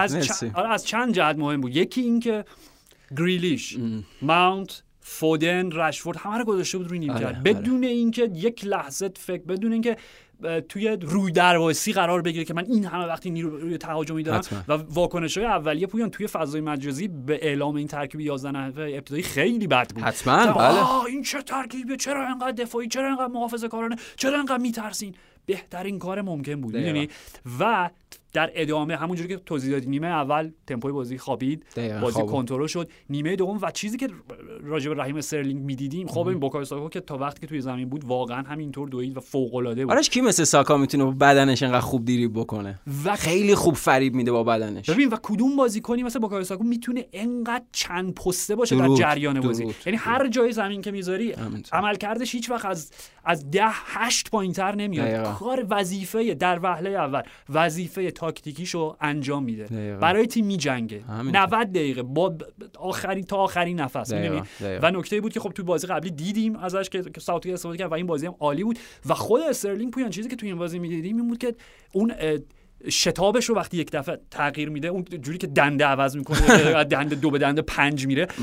از چند جهت مهم بود. یکی این که گریلیش ماونت فودن رشفورد همه رو گذاشته بود روی نیمکت بدون اینکه یک لحظه فکر، بدون اینکه توی روی درواسی قرار بگیره که من این همه وقتی نیروی تهاجمی دارم و واکنش‌های اولیه پویان توی فضای مجازی به اعلام این ترکیب 11 نفره ابتدایی خیلی بد بود. حتما بله این چه ترکیبه، چرا انقدر دفاعی، چرا انقدر محافظه‌کارانه، چرا انقدر میترسین. بهترین کار ممکن بود میدونی. و در ادامه همونجوری که توضیح دادی نیمه اول تمپوی بازی خوابید، بازی کنترل شد. نیمه دوم و چیزی که راجع به رحیم استرلینگ میدیدیم خب این بوکایو ساکا که تا وقتی که توی زمین بود واقعا همینطور دوید و فوق العاده بود. آرش کی مثل ساکا میتونه با بدنش انقدر خوب دریبل بکنه و خیلی خوب فریب میده با بدنش. ببین و کدوم بازیکنی مثل بوکایو ساکا میتونه انقدر چند پسته باشه در جریان بازی، یعنی هر جای زمین که میذاری عملکردش هیچ وقت از 10-8 پایینتر نمیاد. کار وظیفه در وهله اول وظیفه تاکتیکیشو انجام میده، برای تیم میجنگه 90 دقیقه با تا آخرین نفس میدونی. و نکته بود که خب تو بازی قبلی دیدیم ازش که ساوتگیت استفاده کرد و این بازی هم عالی بود. و خود استرلینگ پویان چیزی که تو این بازی میدیدیم این بود که اون شتابش رو وقتی یک دفعه تغییر میده، اون جوری که دنده عوض میکنه دنده 2 به دنده 5 میره،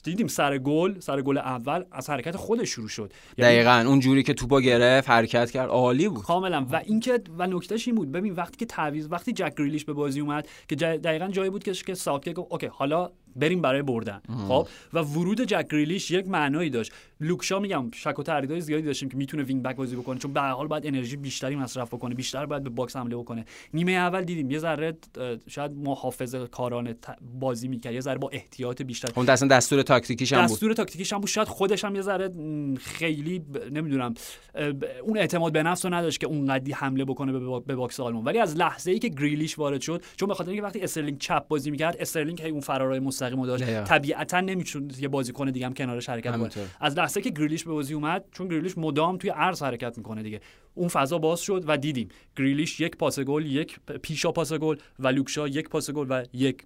دیدیم سر گل اول از حرکت خودش شروع شد. دقیقاً اون جوری که توپو گرفت حرکت کرد عالی بود کاملا. و اینکه و نکتهش این بود، ببین وقتی جک گریلیش به بازی اومد که دقیقاً جایی بود که ساوتگیت گفت اوکی حالا بریم برای بردن. خب و ورود جک گریلیش یک معنایی داشت. لوکشا میگم شک و تردیدهای زیادی داشتیم که میتونه وینگ بک بازی بکنه، چون به هر حال باید انرژی بیشتری مصرف بکنه، بیشتر باید به باکس حمله بکنه. نیمه اول دیدیم یه ذره شاید محافظه کارانه بازی میکرد، یه ذره با احتیاط بیشتر. اون اصلا دستور تاکتیکیش هم بود. شاید خودش هم یه ذره خیلی نمیدونم اون اعتماد به نفس رو نداشت که اونقدی حمله بکنه به باکس آلمان. ولی از لحظه‌ای که گریلیش وارد شد، چون به خاطر اینکه وقتی استرلینگ چپ بازی میکرد، استرلینگ اون فرارای مستقیم داشت، طبیعتا نمیتونه یه بازیکن دیگه هم کنارش حرکت کنه. از لحظه‌ای که گریلیش به بازی اومد، چون گریلیش مدام توی عرض حرکت میکنه دیگه، اون فضا باز شد و دیدیم گریلیش یک پاس گل، یک پیشا پاس گل و لوکشا یک پاس گل و یک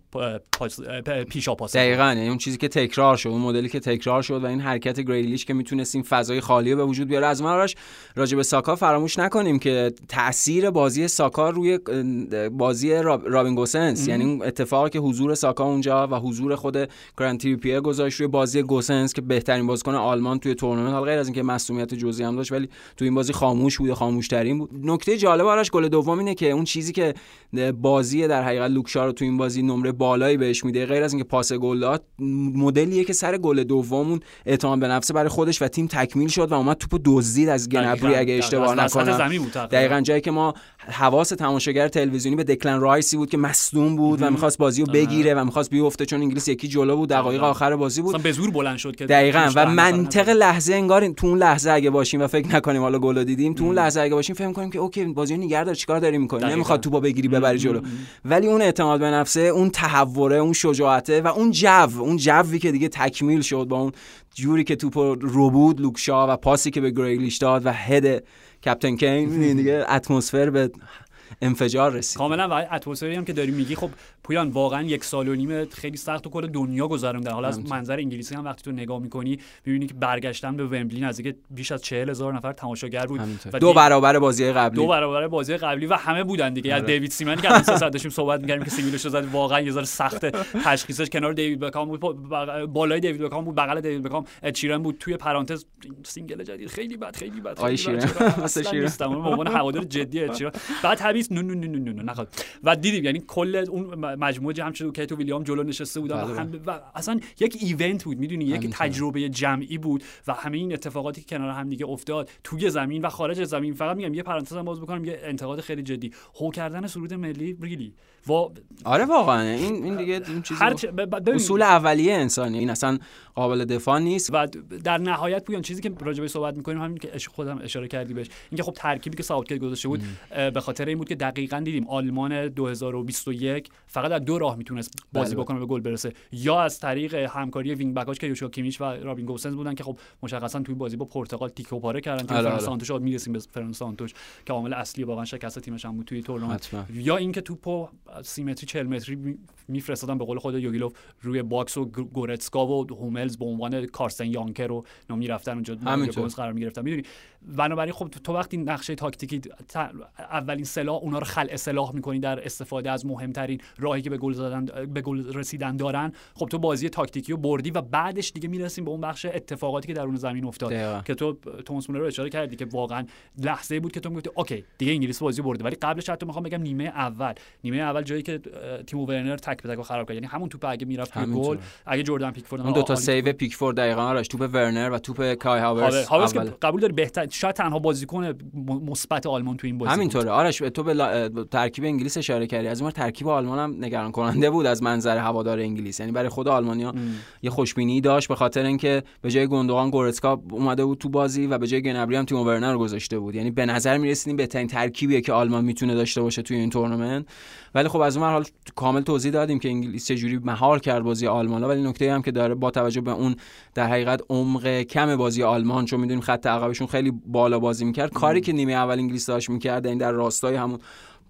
پیشا پاس گل. دقیقاً یعنی اون چیزی که تکرار شد، اون مدلی که تکرار شد و این حرکت گریلیش که میتونست این فضای خالی به وجود بیاره. از من راجع به ساکا فراموش نکنیم که تأثیر بازی ساکا روی بازی رابین گوسنس، یعنی اون اتفاقی که حضور ساکا اونجا و حضور خود گراند تریپیر گذاشت روی بازی گوسنس که بهترین بازیکن آلمان توی تورنمنت، حالا غیر از اینکه مسئولیت جزئی هم داشت ولی تو این بازی خاموش بود، خاموش‌ترین بود. نکته جالب آرش گل دوم اینه که اون چیزی که بازی در حقیقت لوکشا رو تو این بازی نمره بالایی بهش میده، غیر از اینکه پاس گل داد، مدلیه که سر گل دومون اعتماد به نفس برای خودش و تیم تکمیل شد و اومد توپو دزدید از گنبری اگه اشتباه نکنم. دقیقاً جایی که ما حواس تماشاگر تلویزیونی به دکلن رایسی بود که مصدوم بود و می‌خواست بازیو بگیره و می‌خواست بیفته، چون انگلیس یکی جلو بود، دقایق آخر بازی بود، به زور بلند شد که دقیقاً. و منطق لحظه انگار تو اون لحظه اگه باشیم و فکر نکنیم حالا گل دیدیم، تو اون لحظه اگه باشیم فهم کنیم که اوکی بازیو نگه دار، چیکار داری می‌کنی، نمی‌خواد توپو بگیری ببری جلو. ولی اون اعتماد به نفسه، اون تحوره، اون شجاعته و اون جوی که دیگه تکمیل شد با اون جوری که توپو رو بود لوکشا و پاسی که به گریلیش داد و هد کاپیتان کین، دیگه اتمسفر به انفجار رسید کاملا. و اتمسفری هم که داری میگی، خب پویان واقعا 1.5 سال خیلی سخت تو کل دنیا گذروندن. حالا از منظر انگلیسی هم وقتی تو نگاه میکنی میبینی که برگشتن به ومبلی نزدیک بیش از 40,000 نفر تماشاگر بود و 2 برابر بازی قبلی و همه بودن دیگه. از دیوید سیمن که الان 300 داشتیم صحبت می‌کردیم که سینگلش رو زد، واقعا یه ذره سخت تشخیصش. کنار دیوید بکام بود، بالای دیوید بکام بود، بغل دیوید بکام اچیرن بود. توی پرانتز سینگل جدید خیلی بد اصلا به عنوان هوادار جدی اچیرن بعد حبیس نو نخواد. و دیدیم یعنی کل اون مجموعه جمع شد که تو ویلیام جلو نشسته بودن و اصلا یک ایونت بود، میدونی، یک تجربه جمعی بود و همه این اتفاقاتی که کنار هم دیگه افتاد توی زمین و خارج از زمین. فقط میگم یه پرانتز هم باز بکنم، یه انتقاد خیلی جدی، هو کردن سرود ملی ریلی آره واقعا این دیگه این چیز اصول اولیه انسانی، این اصلا قابل دفاع نیست. و در نهایت پویان چیزی که راجع بهش صحبت می‌کنیم همین که خودم اشاره کردی بهش، اینکه خب ترکیبی که ساوتگیت گذاشته بود به خاطر این بود که دقیقاً دیدیم آلمان 2021 فقط از 2 راه میتونست بازی بکنه به گل برسه، یا از طریق همکاری وینگ بکاش که یوشوا کیمیش و رابین گوسنس بودن که خب مشخصا توی بازی با پرتغال تیکه و پاره کردن. توی فرانسه سانتوش میرسیم به فرانسه سانتوش که عامل اصلی واقعا شکست تیمش هم بود توی تورنمنت، یا اینکه توپو 30 متری 40 متری میفرستادن به قول خود یوگیلوف روی باکس و گورتسکا و هوملز به عنوان کارسن یانکر رو میرفتن اونجا گلز قرار میگرفتن. میدونی بنابراین خب تو وقتی نقشه تاکتیکی اولین سلاح اونا رو خلع سلاح میکنی در استفاده از مهمترین راهی که به گل رسیدن دارن، خب تو بازی تاکتیکی رو بردی و بعدش دیگه میرسیم به اون بخش اتفاقاتی که درون زمین افتاد که تو توماس مولر رو اشاره کردی که واقعا لحظه‌ای بود که تو میگفتی اوکی دیگه انگلیس بازی برده. ولی قبلش حتی میخوام بگم نیمه اول جایی که تیمو ورنر تک به تک خراب کرد، یعنی همون توپ اگه میرفت به گل، اگه جردن پیکفورد اون 2 سیو پیکفورد دقیقاً آرش، توپ ورنر و توپ کای هاورز که قبول داری بهتر شاید تنها بازیکن مثبت آلمان تو این بازی همینطوره. آرش تو به ترکیب انگلیس اشاره کردی، از اون ترکیب آلمان هم نگران کننده بود از منظر هوادار انگلیس، یعنی برای خود آلمانیا یه خوشبینی داشت به خاطر اینکه به جای گوندوغان گورتسکا اومده بود تو بازی و به جای گنبری هم تیمو ورنر رو گذاشته بود، یعنی به نظر میرسیدیم بهترین ترکیبیه که آلمان میتونه داشته باشه توی این تورنمنت. ولی خب از اون حال کامل توضیح دادیم که انگلیس چجوری مهار کرد بازی آلمان. ولی نکته هم که داره با توجه به اون در حقیقت عمق کم بازی آلمان، چون میدونیم خط عقبشون خیلی بالا بازی میکرد، کاری که نیمه اول انگلیس داشت میکرد این در راستای همون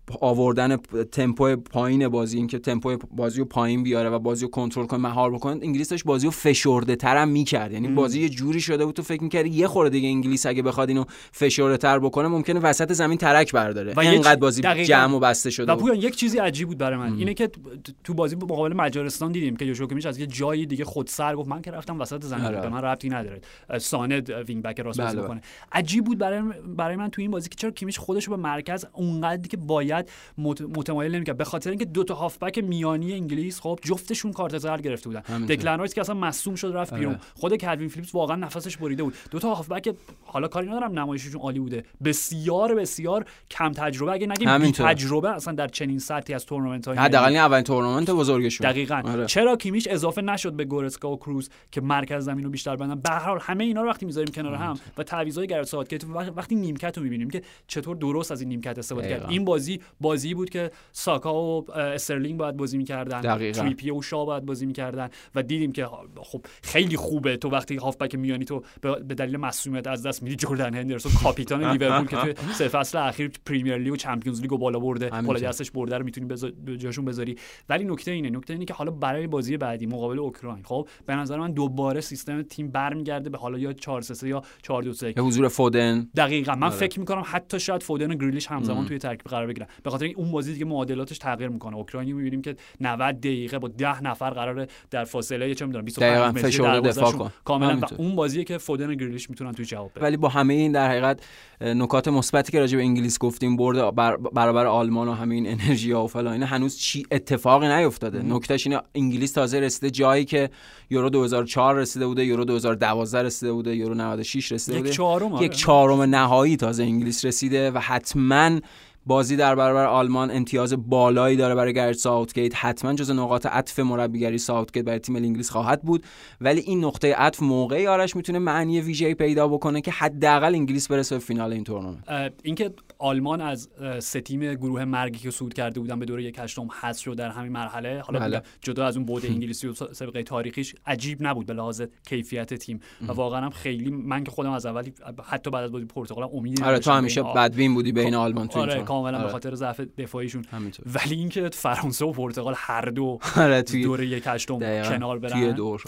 آوردن تمپو پایین بازی، اینکه تمپو بازی رو پایین بیاره و بازی رو کنترل کنه، مهار بکنه، انگلیس داشت بازی رو فشرده‌تر هم می‌کرد. یعنی بازی یه جوری شده بود تو فکر می‌کردی یه خورده دیگه انگلیس اگه بخواد اینو فشرده‌تر بکنه ممکنه وسط زمین ترک برداره. اینقدر بازی جمع و بسته شده. و پویان یک چیزی عجیب بود برای من اینه که تو بازی مقابل مجارستان دیدیم که یوشوا کیمیچ از یه جایی دیگه خودسر گفت من که رفتم وسط زمین، به من ربطی نداره، ساند وینگ بک راست بازی کنه. عجیب بود برای من تو این بازی که چرا کیمیچ خودش رو به مرکز اونقدری که باید متمایل نمی‌کرد، به خاطر اینکه دو تا هافبک میانی انگلیس خب جفتشون کارت زرد گرفته بودن. دکلن رایس که اصلا مصدوم شد رفت بیرون، خود کلوین فیلیپس واقعا نفسش بریده بود. دو تا هافبک حالا کاری ندارم نمایششون عالی بوده، بسیار بسیار کم تجربه، اگه نگیم بی تجربه اصلا در چنین سطحی از تورنمنت‌های حداقل اولین تورنمنت بزرگشون. دقیقاً. چرا کیمیچ اضافه نشد به گورسکا و کروز که مرکز زمین رو بیشتر بندن؟ به هر حال همه اینا رو وقتی میذاریم کنار هم و تعویضای گرت ساوتگیت وقتی نیمکت رو می‌بینیم که چطور درست از این نیمکت استفاده کرد. این بازی بود که ساکا و استرلینگ باید بازی می‌کردن، تریپیه و شا باید بازی می‌کردن و دیدیم که خب خیلی خوبه تو وقتی هافبک میانی تو به دلیل معصومیت از دست میدی. جردن هندرسون کاپیتان لیورپول که تو سه فصل اخیر پریمیر لیگ و چمپیونز لیگ رو بالا برده، بالا دستش برده رو میتونی جاشون بذاری. ولی نکته اینه که حالا برای بازی بعدی مقابل اوکراین خب به نظر من دوباره سیستم تیم برمیگرده به حالا یا 4-3-3 یا 4-2-3 به حضور فودن. دقیقاً من فکر می‌کنم حتی شاید فودن و گریلیش همزمان توی ترکیب قرار بگیرن، به خاطر اون بازی دیگه معادلاتش تغییر میکنه. اوکراینی می‌بینیم که 90 دقیقه با 10 نفر قراره در فاصله چه می‌دونم 25 متری دفاع کنه کاملا و اون بازیه که فودن و گریلیش میتونن توی جواب بدن. ولی با همه این در حقیقت نکات مثبتی که راجع به انگلیس گفتیم، برد برابر آلمان و همین انرژی‌ها و فلان اینا، هنوز چی اتفاقی نیفتاده. نکتهش اینه انگلیس تازه رسیده جایی که یورو 2004 رسیده بوده، یورو 2012 رسیده بوده، یورو 96 رسیده بوده. یک چهارم نهایی تازه انگلیس رسیده و حتما بازی در برابر آلمان امتیاز بالایی داره برای گرت ساوتگیت، حتما جز نقاط عطف مربیگری ساوتگیت برای تیم انگلیس خواهد بود. ولی این نقطه عطف موقعی آرش میتونه معنی ویژه‌ای پیدا بکنه که حداقل انگلیس برسه به فینال این تورنمنت. اینکه آلمان از سه تیم گروه مرگی که صعود کرده بودن به دوره 1/8 حذف شد در همین مرحله، حالا جدا از اون بعد انگلیسی و سابقه تاریخیش عجیب نبود به لحاظ کیفیت تیم و واقعا هم خیلی من که خودم از اولی حتی بعد از بازی پرتغال امیدی نداشتم. تو همیشه بدبین بودی بین آلمان تو این کاملا به خاطر ضعف دفاعیشون. ولی اینکه فرانسه و پرتغال هر دو دوره 1/8 کنار برن توی دور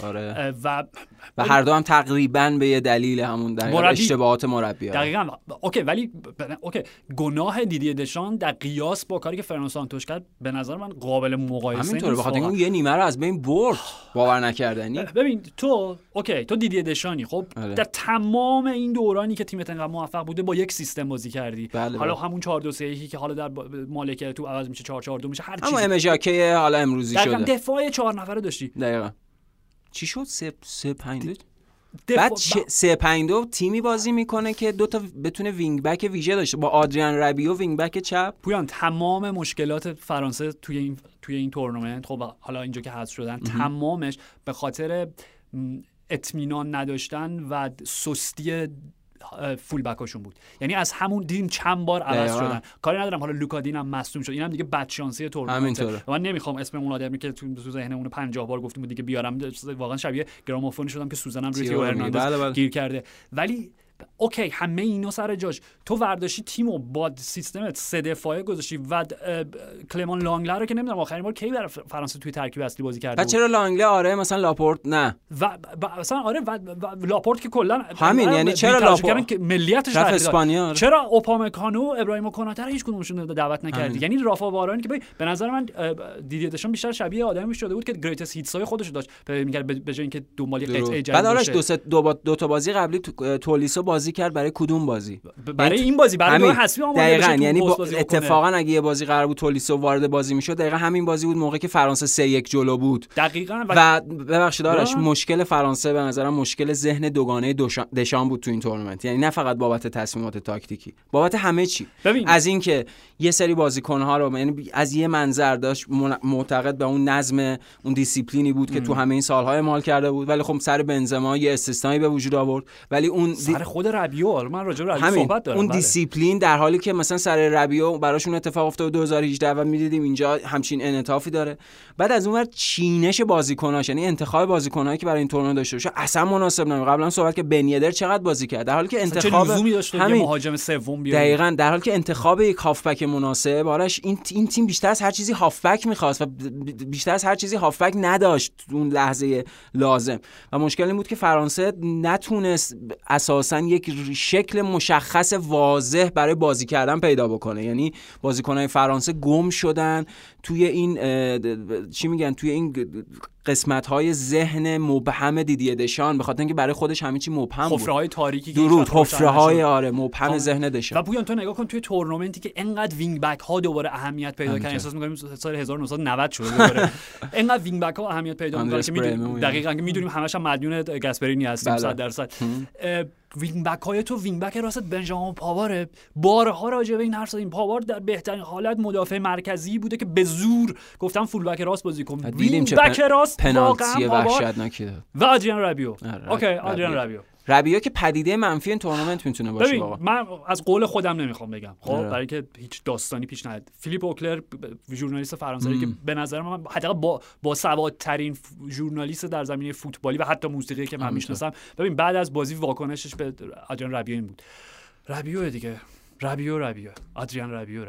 و هر دو هم تقریبا به یه دلیل همون در اشتباهات مربی. دقیقاً. ولی گناه دیدی دشان در قیاس با کاری که فرناندو سانتوش کرد به نظر من قابل مقایسه نیست. همینطوره، بخاطر اون یه نیمه رو از بین برد. باور نکردنی. ببین تو دیدی دشانی خب در تمام این دورانی که تیمت انقدر موفق بوده با یک سیستم بازی کردی. حالا همون 4-2-3 که حالا در مالکیت تو عوض میشه 4-4-2 میشه، هر چیزی. اما امژاکه حالا امروزی شده. دفاع 4 نفره داشتی. دقیقاً. چی شد 3-5 بعد 3-5-2 تیمی بازی میکنه که دو تا بتونه وینگ بک ویژه داشته با آدریان ربیو وینگ بک چپ. پویان تمام مشکلات فرانسه توی این تورنمنت خب حالا اینجا که حذف شدن تمامش به خاطر اطمینان نداشتن و سستی فول بکاشون بود. یعنی از همون دیدیم چند بار عوض شدن. کاری ندارم حالا لوکادین هم مصدوم شد، اینم دیگه بدشانسی تورنمنت. من نمیخوام اسم اون آدمی که تو ذهنمون 50 بار گفتیم دیگه بیارم، واقعا شبیه گرامافون شدم که سوزنم روی تیو هرناندز گیر کرده. ولی اوکی همه اینا سر جاش، تو ورداشتی تیمو با سیستمت 3 دفاعه گذاشتی و کلمان لانگله رو که نمیدونم آخرین بار کی برای فرانسه توی ترکیب اصلی بازی کرده بود. چرا لانگله آره مثلا لاپورت نه و مثلا آره و لاپورت که کلا همین یعنی چرا لاپورت که ملیتش اسپانیا، چرا اوپامکانو ابراهیم کناته رو هیچ کدومشون دعوت نکردی؟ یعنی رافا وارانی که به نظر من دیدی داشتن بیشتر شبیه آدمی شده بود که گریتست هیتس های خودش داشت میگه به جای اینکه دنبال قطعه جدید. بعد آرش دو تا بازی قبلی تولیسو بازی کرد برای کدوم بازی؟ برای این بازی برای حسابی آماده بشه. یعنی اتفاقا اگه یه بازی قرار بود تولیسو وارد بازی میشد دقیقاً همین بازی بود موقعی که فرانسه 3-1 جلو بود. دقیقاً. و ببخشید آرش مشکل فرانسه به نظرم مشکل ذهن دوگانه دشان بود تو این تورنمنت. یعنی نه فقط بابت تصمیمات تاکتیکی، بابت همه چی. از اینکه یه سری بازیکن‌ها رو یعنی از یه منظر داشت معتقد به اون نظم اون دیسیپلینی بود که تو همه این سال‌ها اعمال کرده بود، ولی خب سر بنزما یه استثنایی به وجود آورد. ولی اون خود ربیو، من راجع به ربیو صحبت دارم. اون دیسیپلین در حالی که مثلا سر ربیو براشون اتفاق افتاد 2018 و می‌دیدیم اینجا همچین انعطافی داره. بعد از اونور چینش بازیکناش، یعنی انتخاب بازیکنایی که برای این تورنمنت داشته باشه اصلا مناسب نمیاد. قبلا صحبت که بن یدر چقدر بازی کرد، در حالی که انتخاب همین مهاجم سوم بیاره. دقیقاً در حالی که انتخاب یک هافبک مناسب، آرش این تیم بیشتر از هر چیزی هافبک می‌خواست و بیشتر از هر چیزی هافبک نداشت اون لحظه لازم. و مشکل این بود که فرانسه نتونست اساساً یک شکل مشخص واضح برای بازی کردن پیدا بکنه. یعنی بازیکن‌های فرانسه گم شدن توی این چی میگن، توی این قسمت‌های ذهن مبهم دیدیه دشان، به خاطر اینکه برای خودش همه چی مبهم بود. حفره‌های تاریکی درود حفره‌های مبهم ذهن دشان. و پویان تو نگاه کن توی تورنمنتی که انقدر وینگ بک ها دوباره اهمیت پیدا کردن، احساس می‌کنیم سال 1990 شده دوباره. انقدر وینگ بک ها اهمیت پیدا می‌کنن که می‌دونیم دقیقاً که می‌دونیم همش هم مدیون گاسپرینی هستیم 100%. وینگ بک های تو وینگ بک راست بنجامین پاواره. بارها راجع به این حرف زدیم. پاوار در بهترین حالت مدافع مرکزی بوده که به زور گفتم فول بک راست بازی کن. وینگ بک راست پنالتی وحشتناکی داد. و آدریان رابیو. اوکی آدریان رابیو که پدیده منفی این تورنمنت میتونه باشه. واقعا من از قول خودم نمیخوام بگم، خب برای که هیچ داستانی پیش نیاد. فیلیپ اوکلر ژورنالیست فرانسوی که به نظر من حداقل با سوادترین ژورنالیست در زمینه فوتبالی و حتی موسیقی که من میشناسم، ببین بعد از بازی واکنشش به آدریان رابیو این بود. رابیو دیگه، رابیو آدریان رابیو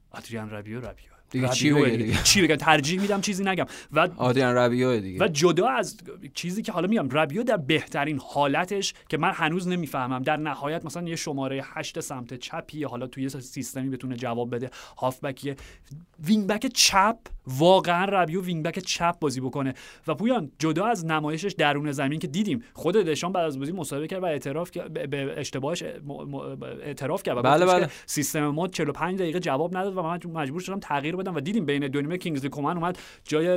دیگه چی بگم، ترجیح میدم چیزی نگم. و آدریان رابیو دیگه، و جدا از چیزی که حالا میگم رابیو در بهترین حالتش که من هنوز نمیفهمم در نهایت مثلا یه شماره 8 سمت چپی، حالا توی سیستمی بتونه جواب بده، هافبک وینگ بک چپ، واقعا رابیو وینگ بک چپ بازی بکنه. و پویان جدا از نمایشش درون زمین که دیدیم، خود دشان بعد از بازی مصاحبه کرد و اعتراف کرد به اشتباهش، اعتراف کرد و بله. سیستم ما 45 دقیقه جواب نداد و من مجبور شدم تغییر بدم و دیدیم بین دو نیمه کینگزلی کومن اومد جای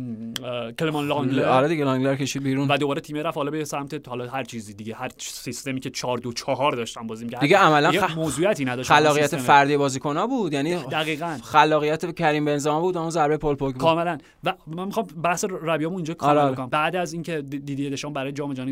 کلمان لانگلر. آره دیگه لانگلر کشید بیرون و دوباره تیم رفت حالا به سمت حالا هر چیزی دیگه، هر سیستمی که 4-2-4 داشتن بازی می‌کردن دیگه، عملاً موضوعیتی نداشت. خلاقیت فردی بازیکن‌ها بود، یعنی دقیقاً خلاقیت کریم بنزما بود، اون ضربه پول پوگبا کاملاً. و من می‌خوام بحث رابیومو اینجا کامل کنم. بعد از اینکه دیدیه دشان برای جام جهانی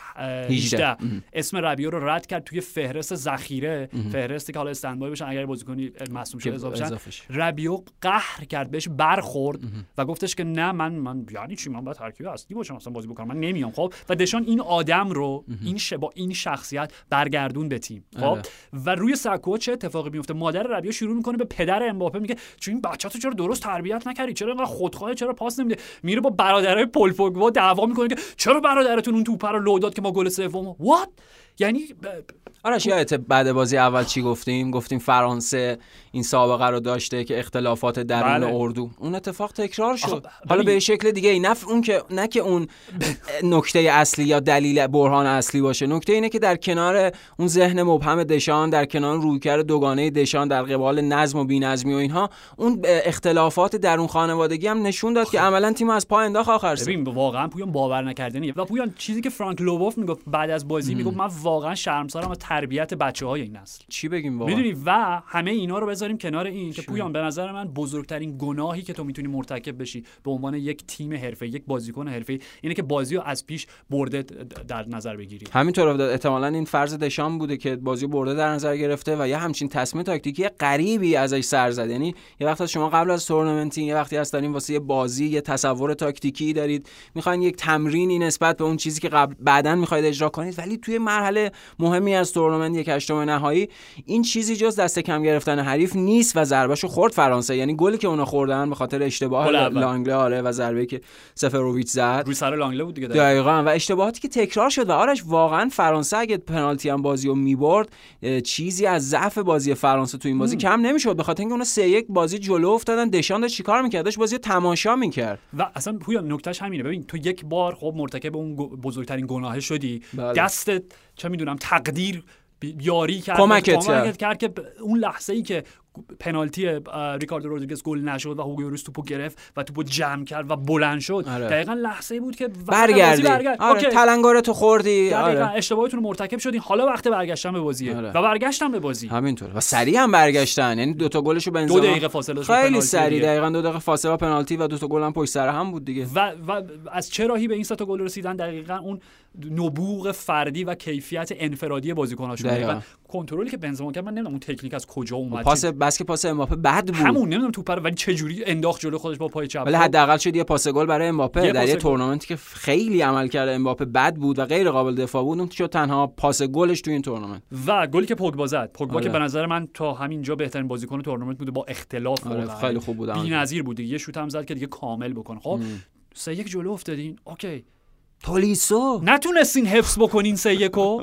2018 اسم رابیو رو رد کرد توی فهرست ذخیره، فهرستی که حالا استندبای بشن اگر بازیکنی مصدوم شه اضافه شه، رابیو قهر کرد، بهش برخورد و گفتش که نه من یعنی چی، من باید ترکیب اصلی باشم اصلا بازی بکنم، من نمیام. خب و دشان این آدم رو با این شخصیت برگردون به تیم. خب و روی سکو چه اتفاقی میفته؟ مادر رابیو شروع میکنه به پدر امباپه میگه چون این بچه‌تو چرا درست تربیت نکردی، چرا اینقدر خودخواه، چرا پاس نمیده. میره با برادرای پول پوگبا دعوا میکنه که چرا برادرتون اون توپ رو لو داد که ما گل سومو وات. یعنی آرش یادت بعد بازی اول چی گفتیم فرانسه این سابقه رو داشته که اختلافات درون اردو، اون اتفاق تکرار شد. حالا به شکل دیگه، نه که اون نکته اصلی یا دلیل برهان اصلی باشه. نکته اینه که در کنار اون ذهن مبهم دشان، در کنار رویکرد دوگانه دشان در قبال نظم و بی‌نظمی و اینها، اون اختلافات درون خانوادگی هم نشون داد که عملاً تیم از پا انداخت آخر سر. ببین واقعا پویان باور نکردنیه. و پویان چیزی که فرانک لوبوف میگفت بعد از بازی، میگفت من واقعا شرمسارم از تربیت بچه‌های این نسل. چی بگیم واقعا؟ میدونی و همه اینا رو بذاریم کنار این که پویان به نظر من بزرگترین گناهی که تو میتونی مرتکب بشی به عنوان یک تیم حرفه‌ای، یک بازیکن حرفه‌ای، اینه که بازی رو از پیش برده در نظر بگیری. همینطور احتمالاً این فرض دشان بوده که بازی رو برده در نظر گرفته و یه همچین تصمیم تاکتیکی غریبی ازش سر زد. یعنی یه وقت شما قبل از تورنمنت، یه وقتی هستین واسه یه بازی یه تصور تاکتیکی دارید، میخواین یک تمرینی نسبت به اون چیزی که بعداً میخواید اجرا کنید، ولی توی مرحله مهمی از تورنمنت، یک هشتم نهایی، این چیزی جز دست کم گرفتن حریف نیست و ضربهشو خورد فرانسه. یعنی گلی که اونا خوردن به خاطر اشتباه لانگله و ضربه‌ای که سفروویچ زد روی سر لانگله بود دیگه. دقیقاً. و اشتباهاتی که تکرار شد و آرش واقعا فرانسه اگه پنالتی هم بازیو میبرد، چیزی از ضعف بازی فرانسه تو این بازی کم نمیشد، به خاطر اینکه اونا 3-1 بازی جلو افتادن. دشان داشت چیکار می‌کرد؟ داشت بازی تماشا می‌کرد. و اصلا پویا نکتهش همینه. ببین تو یک بار خب مرتکب اون بزرگترین گناه شدی، دستت چه میدونم تقدیر یاری کرد، کمکت کرد که اون لحظه‌ای که پنالتی ریکاردو رودریگز گل نشد و هوگو یوریس توپو گرفت و توپو جمع کرد و بلند شد، دقیقاً لحظه‌ای بود که برگردی. تلنگار تو خوردی، دقیقاً اشتباهتون مرتکب شدین، حالا وقت برگشتن به بازیه. و برگشتن به بازی همینطور و سریع هم برگشتن، یعنی دو تا گلشو بنزما 2 دقیقه فاصله خیلی سریع، دقیقاً 2 دقیقه فاصله پنالتی و 2 تا گل هم پشت سر هم بود دیگه. و از چه راهی به این 3 تا گل رسیدن؟ دقیقاً اون نبوغ فردی و کیفیت انفرادی بازیکناشون، دقیقاً کنترلی که بنزما کرد. من نمیدونم اون تکنیک از کجا اومد، پاس امباپه بد بود، همون نمیدونم توپ رو ولی چه جوری انداخت جلو خودش با پای چپ، ولی حداقل شد یه پاس گل برای امباپه در یه تورنمنتی که خیلی عمل کرده امباپه بد بود و غیر قابل دفاع بود، اون شد تنها پاس گلش تو این تورنمنت. و گلی که پوگبا زد، پوگبا که به نظر من تا همینجا بهترین بازیکن تورنمنت بوده با اختلاف، خیلی خوب بود، بی‌نظیر بود دیگه. یه شوت هم زد که دیگه کامل بکنه. خب 3-1 جلو افتادین، اوکی، تولیسو نتونستین حفظ بکنین 3-1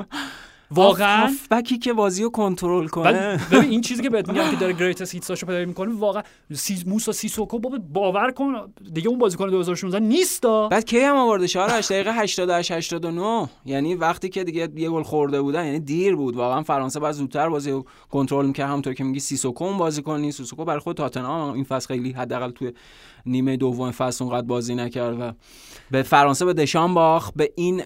واقعا بکی که بازی رو کنترل کنه. ببین این چیزی که بهت میگم که داره گریتست هیتساشو پیدا میکنه، واقعا موسا سیسوکو بابا باور کن دیگه اون بازیکن 2016 نیستا. بعد کی هم آورده 8 دقیقه 88 89، یعنی وقتی که دیگه یه گل خورده بودن، یعنی دیر بود واقعا. فرانسه بعد زودتر بازی رو کنترل می‌کرد. همونطور که میگی سیسوکو اون بازیکن نیست. سیسوکو برای خود تاتنهام این فصل خیلی حداقل توی نیمه دوم فصل اونقدر بازی نکرد و به فرانسه به دشان باخت، به این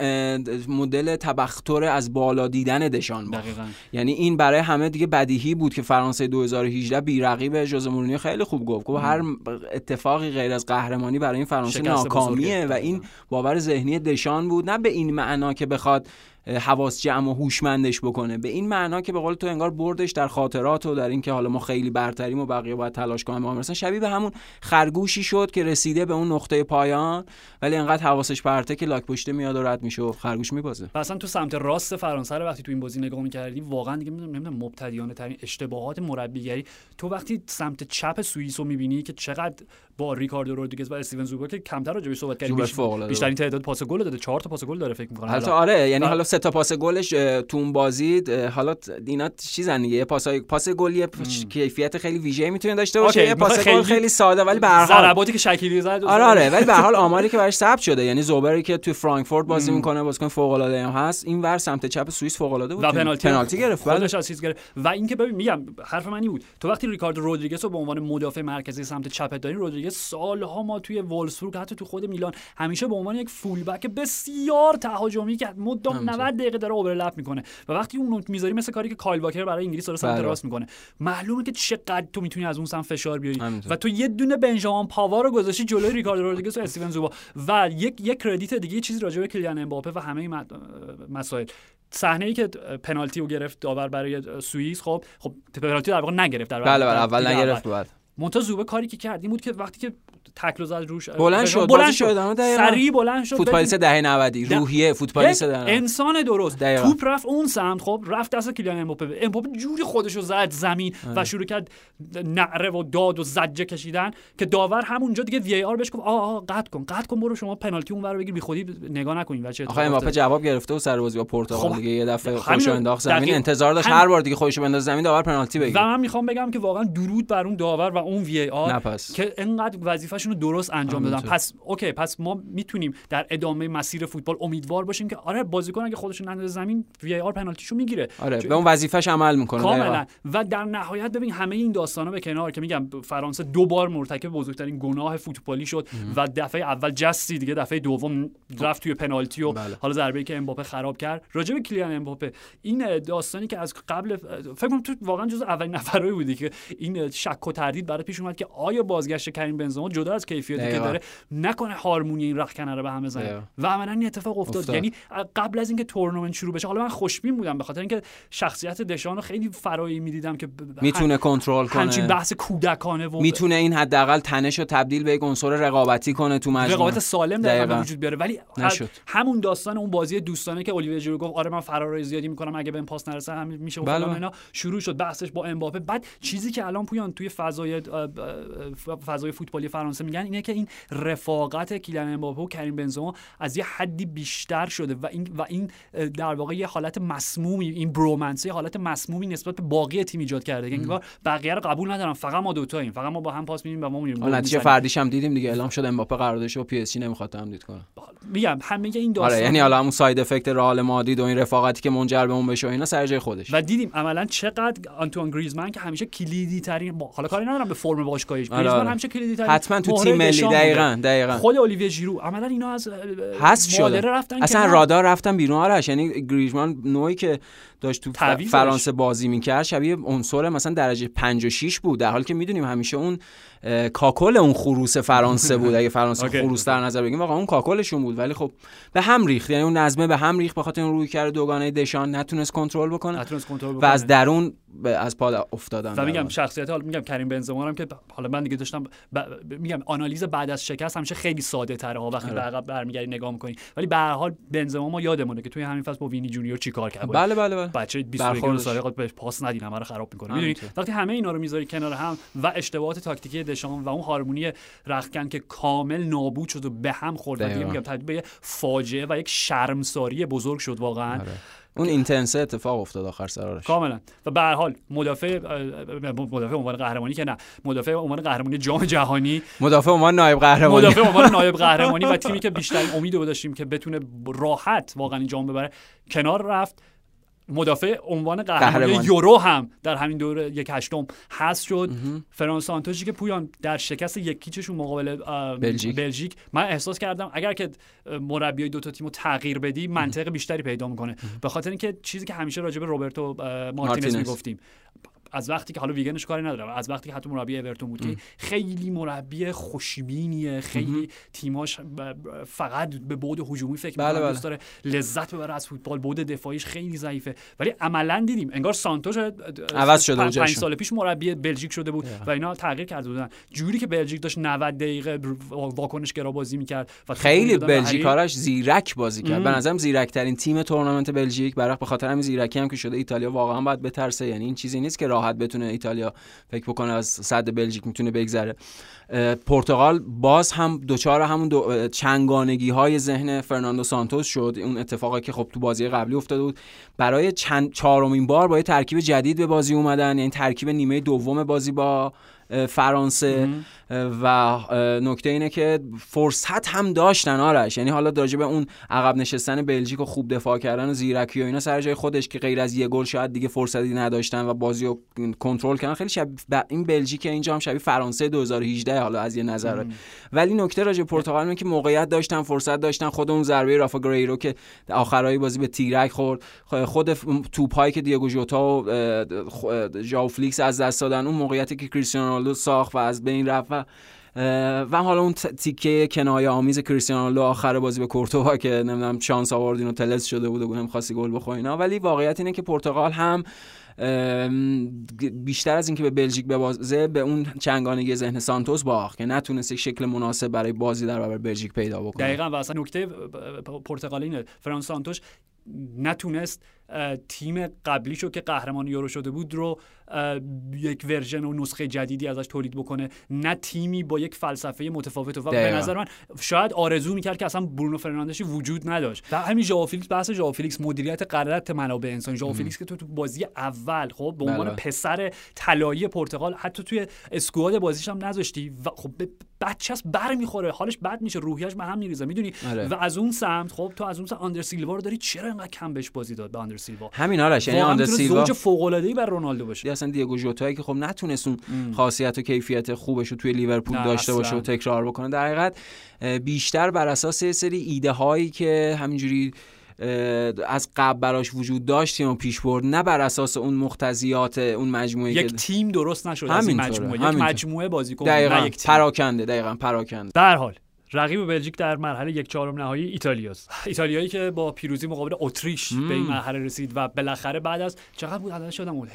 مدل تبختر از بالا دیدن دشان باخت. یعنی این برای همه دیگه بدیهی بود که فرانسه 2018 بی‌رقیب ژوزه مورینیو خیلی خوب گفت هر اتفاقی غیر از قهرمانی برای این فرانسه ناکامیه و این باور ذهنی دشان بود، نه به این معنا که بخواد حواس جمع و هوشمندش بکنه، به این معنا که به قول تو انگار بردش در خاطرات و در این که حالا ما خیلی برتریم و بقیه باید تلاش کنن. ما مثلا شبیه به همون خرگوشی شد که رسیده به اون نقطه پایان ولی انقدر حواسش پرته که لاک پشته میاد و رد میشه و خرگوش میبازه. مثلا تو سمت راست فرانسه رو وقتی تو این بازی نگاه می‌کردی واقعا دیگه نمیدونم مبتدیانه ترین اشتباهات مربیگری. تو وقتی سمت چپ سوئیس رو می‌بینی که چقدر با ریکاردو رودریگز و استیون زوبر که کمتر راجع بهش صحبت کردیم، بیشترین تعداد پاس گل داده، 4 تا پاس گل داره فکر می‌کنم. حتی آره، یعنی حالا 3 تا پاس گلش تو اون بازی، حالا اینا چیزن دیگه، پاس گلی کیفیت خیلی ویژه‌ای میتونه داشته باشه، یه پاس گل خیلی ساده ولی به هر حال ضرباتی که شکیلی زد آره ولی به هر حال آماری که براش ثبت شده، یعنی زوبری که تو فرانکفورت بازی میکنه بازیکن فوق‌العاده هم هست، این ور سمت چپ سوئیس فوق‌العاده بود و پنالتی گرفت، خودش اسیست گرفت. و اینکه ببین میگم حرف من این بود، تو وقتی ریکاردو رودریگز رو به عنوان مدافع مرکزی سمت چپ دارین، رودریگز سالها ما توی وولفسبورگ حتی تو خود میلان همیشه به عنوان یک فول بک بسیار تهاجمی که مدام 90 دقیقه داره اورلپ میکنه و وقتی اون میذاری مثل کاری که کایل واکر برای انگلیس داره سمت راست میکنه، معلومه که چقدر تو میتونی از اون سمت فشار بیاری و تو یه دونه بنجامین پاوا رو گذاشتی جلوی ریکاردو رودریگز و استیون زوبا. و یک کردیت دیگه، یه چیزی راجع به کلیان امباپه و همه این مسائل، صحنه‌ای که پنالتی رو گرفت داور برای سوئیس، خب پنالتی در واقع نگرفت، در بله اول نگرفت، بعد منتها زوبه کاری که کرد این بود که وقتی که تکل زد روش بلند شد سریع بلند شد، فوتبالیست دهه 90 روحیه فوتبالیست انسان درست. توپ رفت اون سمت، خب رفت دست کیلیان امباپه جوری خودشو زد زمین و شروع کرد نعره و داد و زجه کشیدن که داور همونجا دیگه وی آر بهش گفت قطع کن برو شما پنالتی اونور بگیر، بیخودی نگاه نکنین. بچه آخه امباپه جواب گرفته و سر بازی با پرتغال دیگه یه دفعه خودشو انداخت زمین، انتظار داشت هر بار دیگه خودشو بندازه زمین داور پنالتی بگیره. و من میخوام بگم که واقعا درود بر اون داور و اون وی آر که اینقدر وظیفه‌شون رو درست انجام دادن. پس اوکی، پس ما میتونیم در ادامه مسیر فوتبال امیدوار باشیم که آره بازیکن اگه خودش نندازه زمین وی آر پنالتیشو میگیره، آره به اون وظیفه‌ش عمل میکنه کاملا. و در نهایت ببین همه این داستانا به کنار که میگم فرانسه 2 بار مرتکب بزرگترین گناه فوتبالی شد و دفعه اول جستی دیگه، دفعه دوم رفت توی پنالتی و حالا ضربه‌ای که امباپه خراب کرد. راجع به کلیان امباپه این داستانی که از قبل فکر کنم تو واقعا جزو اولین نفرایی بودی که این شک و تردید برای پیش اومد که آیا بازگشت کریم بنزما جدا از کیفیتی که داره نکنه هارمونی این رختکنه رو به هم بزنه و عملاً این اتفاق افتاد. یعنی قبل از اینکه تورنمنت شروع بشه، حالا من خوشبین بودم به خاطر اینکه شخصیت دشان رو خیلی فرایی می‌دیدم که میتونه کنترل کنه، همچین بحث کودکانه و میتونه این حداقل تنش رو تبدیل به یک عنصر رقابتی کنه تو مجموعه، رقابت سالم در وجود بیاره. ولی همون داستان اون بازی دوستانه که اولیویر ژیرو گفت آره من فرارای زیادی می‌کنم اگه بهم پاس نرسه هم میشه و فلان اینا شروع شد بحثش با امباپه. بعد چیزی که الان پویان توی فضای فوتبالی فرانسه فرانسه میگن اینه که این رفاقت کیلیان امباپه و کریم بنزما از یه حدی بیشتر شده و این در واقع یه حالت مسمومی، این برومنس یه حالت مسمومی نسبت به باقی تیم ایجاد کرده که انگار بقیه رو قبول ندارن، فقط ما دوتاییم، فقط ما با هم پاس میدیم و ما میریم. نتیجه فردیش هم دیدیم دیگه، اعلام شد امباپه قراردادش رو پی اس جی نمیخواد تمدید کنه. میگم همه این داستان یعنی حالا همون ساید افکت رئال مادرید و این رفاقتی که منجر به اون بشه و اینا سر جای خودش. و دیدیم عملا چقدر آنتوان گریزمان که همیشه کلیدی ترین، حالا کاری ندارم به فرم باشگاهش، گریزمان همیشه کلیدی ترین حتما تو تیم ملی دقیقاً خود اولیویه ژیرو عملا اینا از حذف شده رفتن، اصلا رادار رفتن بیرون. آرش یعنی گریزمان نوعی که داشت تو فرانسه بازی میکرد شبیه عنصر مثلا درجه 5 و 6 بود، در حالی که میدونیم همیشه اون کاکل اون خروس فرانسه بود. اگه فرانسه خروس در نظر بگیم واقعا اون کاکلشون بود، ولی خب به هم ریخت، یعنی اون نظمه به هم ریخت به خاطر اون رویکرد دوگانه دشان، نتونست کنترل بکنه و از درون از پا افتادن. و میگم شخصیت، حالا میگم کریم بنزما هم که حالا من دیگه داشتم میگم آنالیز بعد از شکست همیشه خیلی ساده تره ها وقتی به عقب برمیگردی نگاه می‌کنی، ولی به هر حال بنزما ما یادمونه که توی همین فصل با وینی جونیور چیکار کرد. بله بچه 21 ساله بهش پاس ندین همه رو خراب می‌کنه. میدونی وقتی همه اینا رو میذاری کنار هم و اشتباهات تاکتیکی دشان و اون هارمونی رختکن که کامل نابود شد و به هم خورد، میگم تبدیل به فاجعه و یک شرمساری بزرگ شد واقعا. اون اینتنسه اتفاق افتاد آخر سرش کاملا. و به هر حال مدافع عنوان قهرمانی که نه، مدافع عنوان قهرمانی جام جهانی، مدافع عنوان نایب قهرمانی و تیمی که بیشترین امید رو داشتیم که بتونه راحت واقعا این جام ببره کنار رفت. مدافع عنوان قهرمانی یورو هم در همین دوره 1/8 حذف شد. فران سانتوشی که پویان در شکست 1-0 مقابل بلژیک من احساس کردم اگر که مربیای دو تا تیمو تغییر بدی منطق بیشتری پیدا میکنه، به خاطر اینکه چیزی که همیشه راجع به روبرتو مارتینز میگفتیم از وقتی که حالا ویگنش کاری نداره، از وقتی که حتی مربی اورتون بود که خیلی مربی خوشبینیه، خیلی تیماش فقط به بعد هجومی فکر می‌کنه، دوست داره لذت ببره از فوتبال، بعد دفاعیش خیلی ضعیفه. ولی عملاً دیدیم انگار سانتوش عوض شده بود، 5 سال پیش مربی بلژیک شده بود و اینا تغییر کرده بودن. جوری که بلژیک داشت 90 دقیقه واکنش گرا بازی می‌کرد و خیلی بلژیکاراش زیرک بازی کرد. به نظرم زیرک‌ترین تیم تورنمنت بلژیک، برای به خاطر همین زیرکی هم که شده ایتالیا واقعا باید بترسه. یعنی این چیزی نیست که راحت بتونه ایتالیا فکر بکنه از صد بلژیک میتونه بگذره. پرتغال باز هم دوچار همون چنگانگی های ذهن فرناندو سانتوس شد. اون اتفاقی که خب تو بازی قبلی افتاده بود، برای چهارمین بار با یه ترکیب جدید به بازی اومدن، یعنی ترکیب نیمه دوم بازی با فرانسه و نکته اینه که فرصت هم داشتن آرش، یعنی حالا راجع به اون عقب نشستن بلژیک و خوب دفاع کردن و زیرکی و اینا سر جای خودش که غیر از یه گل شاید دیگه فرصتی نداشتن و بازی رو کنترل کردن. خیلی شبیه این بلژیک اینجا هم شبیه فرانسه 2018 حالا از یه نظر. ولی نکته راجع به پرتغال اینه که موقعیت داشتن، فرصت داشتن، خود اون ضربه رافا گریرو که آخرای بازی به تیرک خورد، خود توپایی که دیگو ژوتا و ژائو فلیکس از دست دادن، اون موقعیتی که کریستیانو رونالدو ساخت و از بین رفت و حالا اون تیکه کنایه آمیز کریستیانو رونالدو آخر بازی به کورتوا که نمیدونم شانس آوردین و تلس شده بود و گفتم خاصی گل بخوره اینا. ولی واقعیت اینه که پرتغال هم بیشتر از اینکه به بلژیک ببازه به اون چنگانگی ذهن سانتوس باخت که نتونست یک شکل مناسب برای بازی در برابر بلژیک پیدا بکنه. دقیقاً. و اصلا نکته پرتغال اینه فران سانتوش نتونست تیم قبلیشو که قهرمان یورو شده بود رو یک ورژن و نسخه جدیدی ازش تولید بکنه، نه تیمی با یک فلسفه متفاوت. و به نظر من شاید آرزو میکرد که اصلا برونو فرناندشی وجود نداشت. و همین ژائو فلیکس، بحث ژائو فلیکس، مدیریت غلط منابع انسانی. ژائو فلیکس که تو بازی اول خب به عنوان پسر طلایی پرتغال حتی توی اسکواد بازیش هم نذاشتی و خب بچه‌س برمیخوره، حالش بد میشه، روحیش به هم میریزه، میدونی. و از اون سمت خب تو از اون سمت آندر سیلوا رو داری، چرا اینقدر کم بهش بازی داد به آندر سیلوا؟ همین حالش، یعنی آندر سیلوا زوج فوق العاده ای بر رونالدو باشه. اصلا دیگو ژوتایی که خب نتونست اون خاصیت و کیفیت خوبش رو توی لیورپول داشته باشه و تکرار بکنه، در حقیقت بیشتر بر اساس یه سری ایده هایی که همینجوری از قبل براش وجود داشت و پیش برد، نه بر اساس اون مقتضیات اون مجموعه. یک تیم درست نشد از این مجموعه، یک مجموعه بازیکن، نه یک پراکنده. در حال رقیب بلژیک در مرحله 1/4 نهایی ایتالیاست. ایتالیایی که با پیروزی مقابل اتریش به این مرحله رسید و بالاخره بعد از چقدر بود عددش شدم بود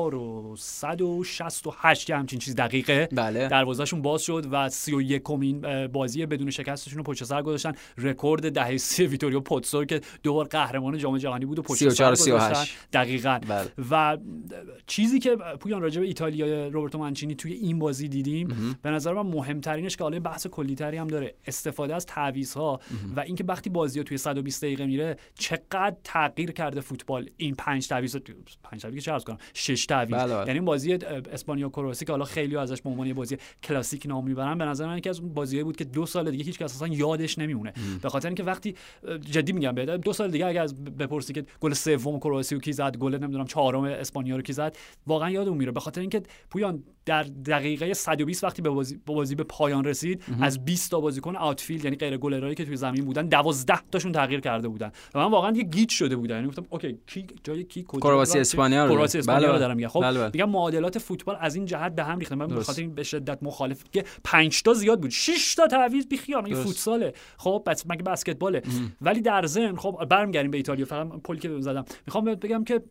1168 همچین چیز دقیقه دروازه‌شون باز شد و 31مین بازی بدون شکستشون رو پشت سر گذاشتن. رکورد دهه 30 ویتوریو پوتسور که 2 بار قهرمان جام جهانی بود و پشت سر گذاشتن دقیقاً. و چیزی که پویان راجع به ایتالیا روبرتو مانچینی توی این بازی دیدیم به نظر من مهمترینش که حالا بحث کلی‌تری هم داره، استفاده از تعویض‌ها و اینکه وقتی بازی‌ها توی 120 دقیقه میره چقدر تغییر کرده فوتبال. این 5 تعویض که چه عرض کنم 6 تعویض، یعنی بازی اسپانیا کرواسی که حالا خیلی ازش به عنوان یه بازی کلاسیک نام میبرن، به نظر من یکی از اون بازیایی بود که 2 سال دیگه هیچ کس اصلا یادش نمیمونه. به خاطر اینکه وقتی جدی میگم 2 سال دیگه اگه از بپرسی که گل سوم کرواسی رو کی زد، گل نمیدونم 4م اسپانیا رو کی زد، واقعا یادم میره. به خاطر اینکه پویان در دقیقه 120 وقتی به بازی به پایان رسید از 20 تا بازیکن آوتفیلد یعنی غیر گلرایی که توی زمین بودن 12 تاشون تغییر کرده بودن و من واقعا یه گیج شده بودم. یعنی گفتم اوکی کی جای کی کجا کرواسی اسپانیا رو دارم میگم. خب میگم معادلات فوتبال از این جهت به هم ریخته. من به خاطر این به شدت مخالف که 5 تا زیاد بود، 6 تا تعویض بی خیال. مگه فوتساله؟ خب مگه بسکتباله؟ ولی در ضمن خب برمیگردیم به ایتالیا. فقط پولی که زدم میخوام بگم که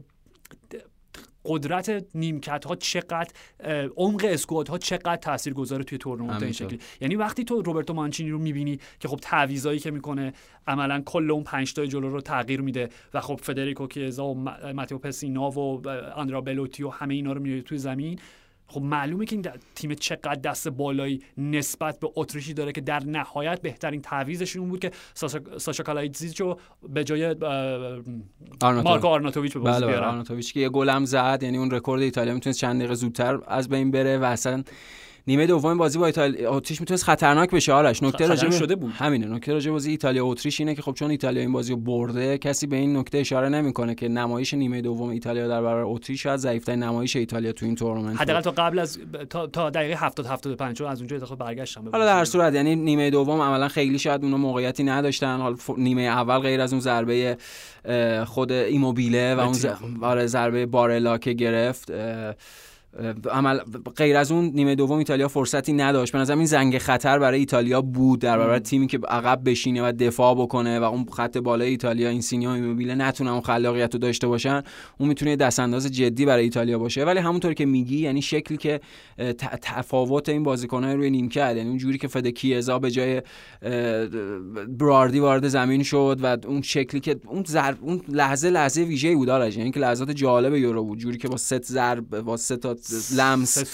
قدرت نیمکت‌ها چقدر، عمق اسکوادها چقدر تاثیرگذاره توی تورنمنت این شکلی. یعنی وقتی تو روبرتو مانچینی رو می‌بینی که خب تعویضایی که میکنه عملاً کل اون 5 تا جلو رو تغییر میده و خب فدریکو کیزا و ماتئو پسینا و آندرا بلوتی و همه اینا رو میاره توی زمین، خب معلومه که این تیم چقدر دست بالایی نسبت به اتریشی داره که در نهایت بهترین تعویضشون بود که ساشا کالایتزیچو به جای مارکو آرناتوویچ به بازی بیارن. آرناتوویچ که یه گل هم زد، یعنی اون رکورد ایتالیا میتونه چند دقیقه زودتر از بین بره و اصلا نیمه دوم بازی با اتریش میتونست خطرناک بشه. آرش نکته راجع شده بود همینه، نکته راجع بازی ایتالیا اتریش اینه که خب چون ایتالیا این بازی رو برده کسی به این نکته اشاره نمیکنه که نمایش نیمه دوم ایتالیا در برابر اتریش شاید ضعیف‌ترین نمایش ایتالیا تو این تورنمنت، حداقل تا قبل از تا دقیقه 70 75 چون از اونجا داخل برگشتم. حالا در هر صورت یعنی نیمه دوم عملا خیلی شاید اونها موقعیتی نداشتن. حالا نیمه اول غیر از اون ضربه خود ایموبیله و اون ضربه بارلا که گرفت غیر از اون نیمه دوم ایتالیا فرصتی نداشت. به نظرم این زنگ خطر برای ایتالیا بود در برابر تیمی که عقب بشینه و دفاع بکنه و اون خط بالای ایتالیا اینسینیو و ایموبیله نتونن اون خلاقیت رو داشته باشن. اون میتونه دست انداز جدی برای ایتالیا باشه. ولی همونطور که میگی یعنی شکلی که تفاوت این بازیکن‌ها روی نیمکت، یعنی اون جوری که فدکیزا به جای براردی وارد زمین شد و اون شکلی که اون لحظه ویژه‌ای بود آره، یعنی که لحظات جالب یورو بود، جوری که با ست ضرب با سه تا لمس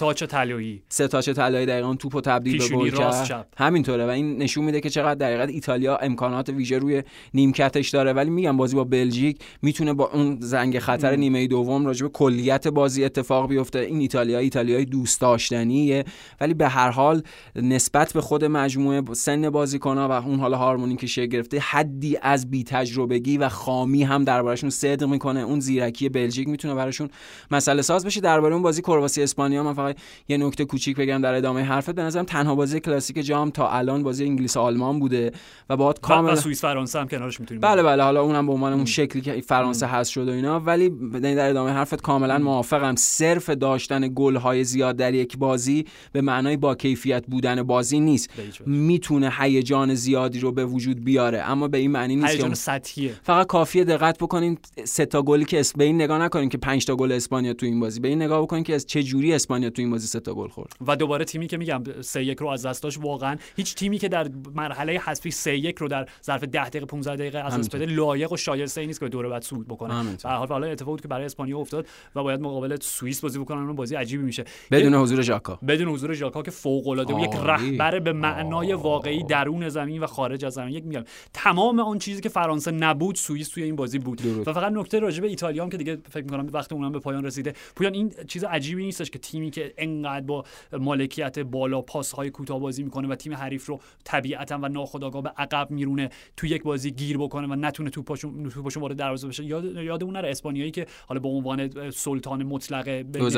سه تاچ طلایی دقیقاً توپو تبدیل به گل کرد. همینطوره و این نشون میده که چقدر در حقیقت ایتالیا امکانات ویژه روی نیمکتش داره. ولی میگم بازی با بلژیک میتونه با اون زنگ خطر نیمه دوم راجع به کلیت بازی اتفاق بیفته. این ایتالیای دوست داشتنیه ولی به هر حال نسبت به خود مجموعه سن بازیکن‌ها و اون حالا هارمونی که شکل گرفته حدی از بی تجربگی و خامی هم دربارشون صدق میکنه. اون زیرکی بلژیک میتونه براشون مسئله ساز بشه. درباره اون بازی کرواسی اسپانیا من فقط یه نکته کوچیک بگم در ادامه حرفت. به نظرم تنها بازی کلاسیک جام تا الان بازی انگلیس آلمان بوده و باهات کاملا سوئیس فرانسه هم کنارش میتونیم. بله حالا اونم به عنوان اون شکلی که فرانسه هست شد و اینا. ولی در ادامه حرفت کاملا موافقم. صرف داشتن گل‌های زیاد در یک بازی به معنای با کیفیت بودن بازی نیست. میتونه هیجان زیادی رو به وجود بیاره اما به این معنی نیست هیجان سطحیه. فقط کافیه دقت بکنین 3 تا گلی که به این نگاه نکنین که 5 تا گل اسپانیا تو این بازی، به این نگاه بکنین که از چه جوری اسپانیا تو این بازی 3 تا گل خورد. و دوباره تیمی که میگم 3-1 رو از دست داشت. واقعا هیچ تیمی که در مرحله حذفی 3-1 رو در ظرف 10 دقیقه 15 دقیقه از دست بده لایق و شایسته نیست که دوره بعد صعود بکنه. به هر حال حالا اتفاقی که برای اسپانیا افتاد و باید مقابل سوئیس بازی بکنن، اون بازی عجیبی میشه بدون حضور ژاکا که فوق العاده و یک رهبر به معنای واقعی درون زمین و خارج از زمین. یک میگم تمام اون چیزی که فرانسه نبود سوئیس توی این بازی بود. و فقط نکته راجع به ایتالیا هم که دیگه فکر می‌کنم وقت اونم به پایان رسیده. پویان این چیز عجیبی نیستش که تیمی که انقدر با مالکیت بالا پاس‌های کوتاه بازی میکنه و تیم حریف رو طبیعتا و ناخودآگاه به عقب میرونه تو یک بازی گیر بکنه و نتونه توپاشون وارد دروازه بشه. یادمون نره اسپانیایی که حالا به عنوان سلطان مطلق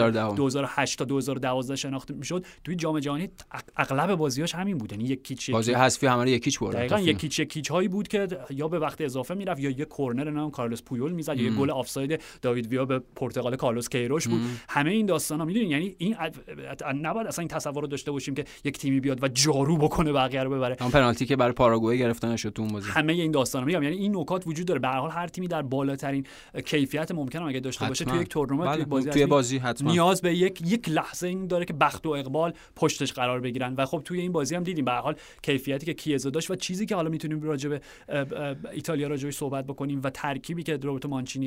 2008 تا 2012 شناخته میشد توی جام جهانی اغلب بازیاش همین بود. یعنی یک کیچ بازی حذفی همه رو یکیچ برد. دقیقاً یکیچ هایی بود که یا به وقت اضافه میرفت یا یه کورنر نام کارلوس پویول میزد یا یه گل آفساید داوید ویا به پرتغال کارلوس کیروش بود. همه این داستانا میدونین، یعنی این نباید اصلا این تصور رو داشته باشیم که یک تیمی بیاد و جارو بکنه بقیه رو ببره. اون پنالتی که برای پاراگوئه گرفتن شد تو اون بازی، همه این داستانا میگم، یعنی این نکات وجود داره. به هر حال هر تیمی در بالاترین کیفیت ممکن اگه داشته باشه توی یک تورنمنت، توی بازی حتما نیاز به یک لحظه این داره که بخت و اقبال پشتش قرار بگیرن و خب توی این بازی هم دیدیم به هر حال کیفیتی که کیزا داشت و چیزی که حالا میتونیم راجع به ایتالیا راجعش صحبت بکنیم و ترکیبی که روبرتو مانچینی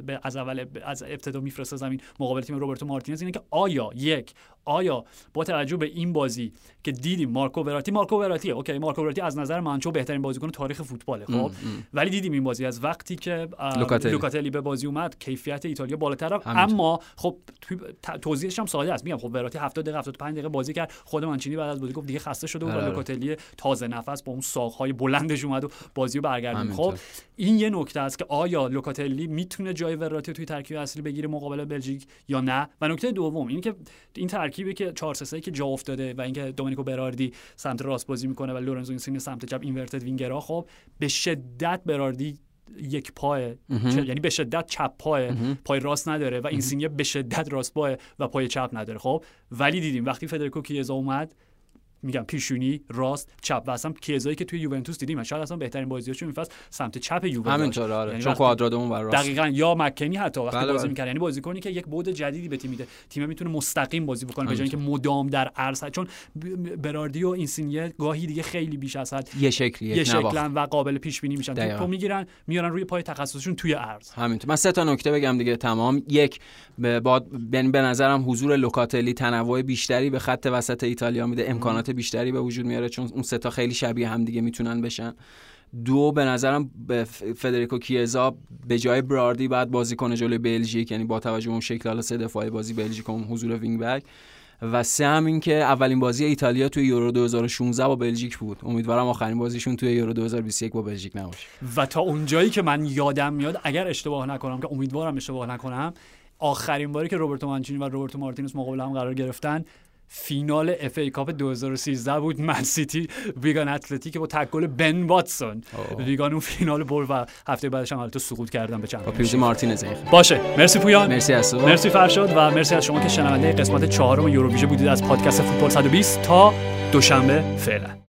از ابتدا میفرسته زمین مقابل تیم روبرتو مارتینز اینه که آیا با توجه به این بازی که دیدیم مارکو وراتی اوکی، مارکو وراتی از نظر من چون بهترین بازیکن تاریخ فوتباله خب، ولی دیدیم این بازی از وقتی که لوکاتلی به بازی اومد کیفیت ایتالیا بالاتر رفت. اما خب توضیحش هم ساده است، میگم خب وراتی 70 دقیقه 75 دقیقه بازی کرد، خود مانچینی بعد از بازی گفت دیگه خسته شده بود و لوکاتلی تازه نفس با اون ساق‌های بلندش اومد و بازی رو برگردوند. خب این یه نکته است که آیا لوکاتلی میتونه جای وراتی توی ترکیب اصلی بگیره مقابل بلژیک یا نه. و نکته دوم اینه که این ترکیبی که 4-3-3 که جا افتاده و اینکه دومینیکو براردی سمت راست بازی میکنه و لورنزو اینسینی سمت چپ اینورتد وینگرها، خب به شدت براردی یک پای یعنی به شدت چپ پای راست نداره و اینسینیه به شدت راست پای و پای چپ نداره. خب ولی دیدیم وقتی فدریکو کیزا اومد، میگم پیشونی راست چپ و اصلا کیزایی که توی یوونتوس دیدیم شاید اصلا بهترین بازیاشو این فصل سمت چپ یوونتوس همینطوره. آره یعنی چون کوادرادو اون بر راست دقیقاً یا مکنی حتی وقتی بازی می‌کنه، یعنی بازیکنی که یک بعد جدیدی به تیم میده، تیم میتونه مستقیم بازی بکنه به جای اینکه مدام در عرض، چون براردی و اینسینیه گاهی دیگه خیلی بیش از حد یه شکلن و قابل پیش بینی میشن، توپو میگیرن میارن روی پای تخصصشون توی عرض. همینطور. من سه تا نکته بگم دیگه تمام. یک به نظرم حضور لوکاتلی تنوع بیشتری به خط وسط ایتالیا میده، امکانات بیشتری به وجود میاره چون اون سه تا خیلی شبیه هم دیگه میتونن بشن. دو به نظرم فدریکو کیزا به جای براردی بعد بازی کنه جلوی بلژیک، یعنی با توجه به اون شکل حالا سه دفاعی بازی بلژیک اون حضور وینگ بک. و سه هم این که اولین بازی ایتالیا توی یورو 2016 با بلژیک بود، امیدوارم آخرین بازیشون توی یورو 2021 با بلژیک نباشه. و تا اونجایی که من یادم میاد اگر اشتباه نکنم که امیدوارم اشتباه نکنم، آخرین باری که روبرتو مانچینی و روبرتو مارتینز مقابل هم قرار گرفتن فینال اف ای کاپ 2013 بود، من سیتی ویگان اتلتیک با تکل بن واتسون. ویگان اون فینال برد و هفته بعدش هم البته سقوط کردن به چمپیونشیپ با پیروزی مارتینز. باشه، مرسی پویان، مرسی اسو، مرسی فرشاد و مرسی از شما که شنونده قسمت 4 یوروویژن بودید از پادکست فوتبال 120. تا دوشنبه فعلا.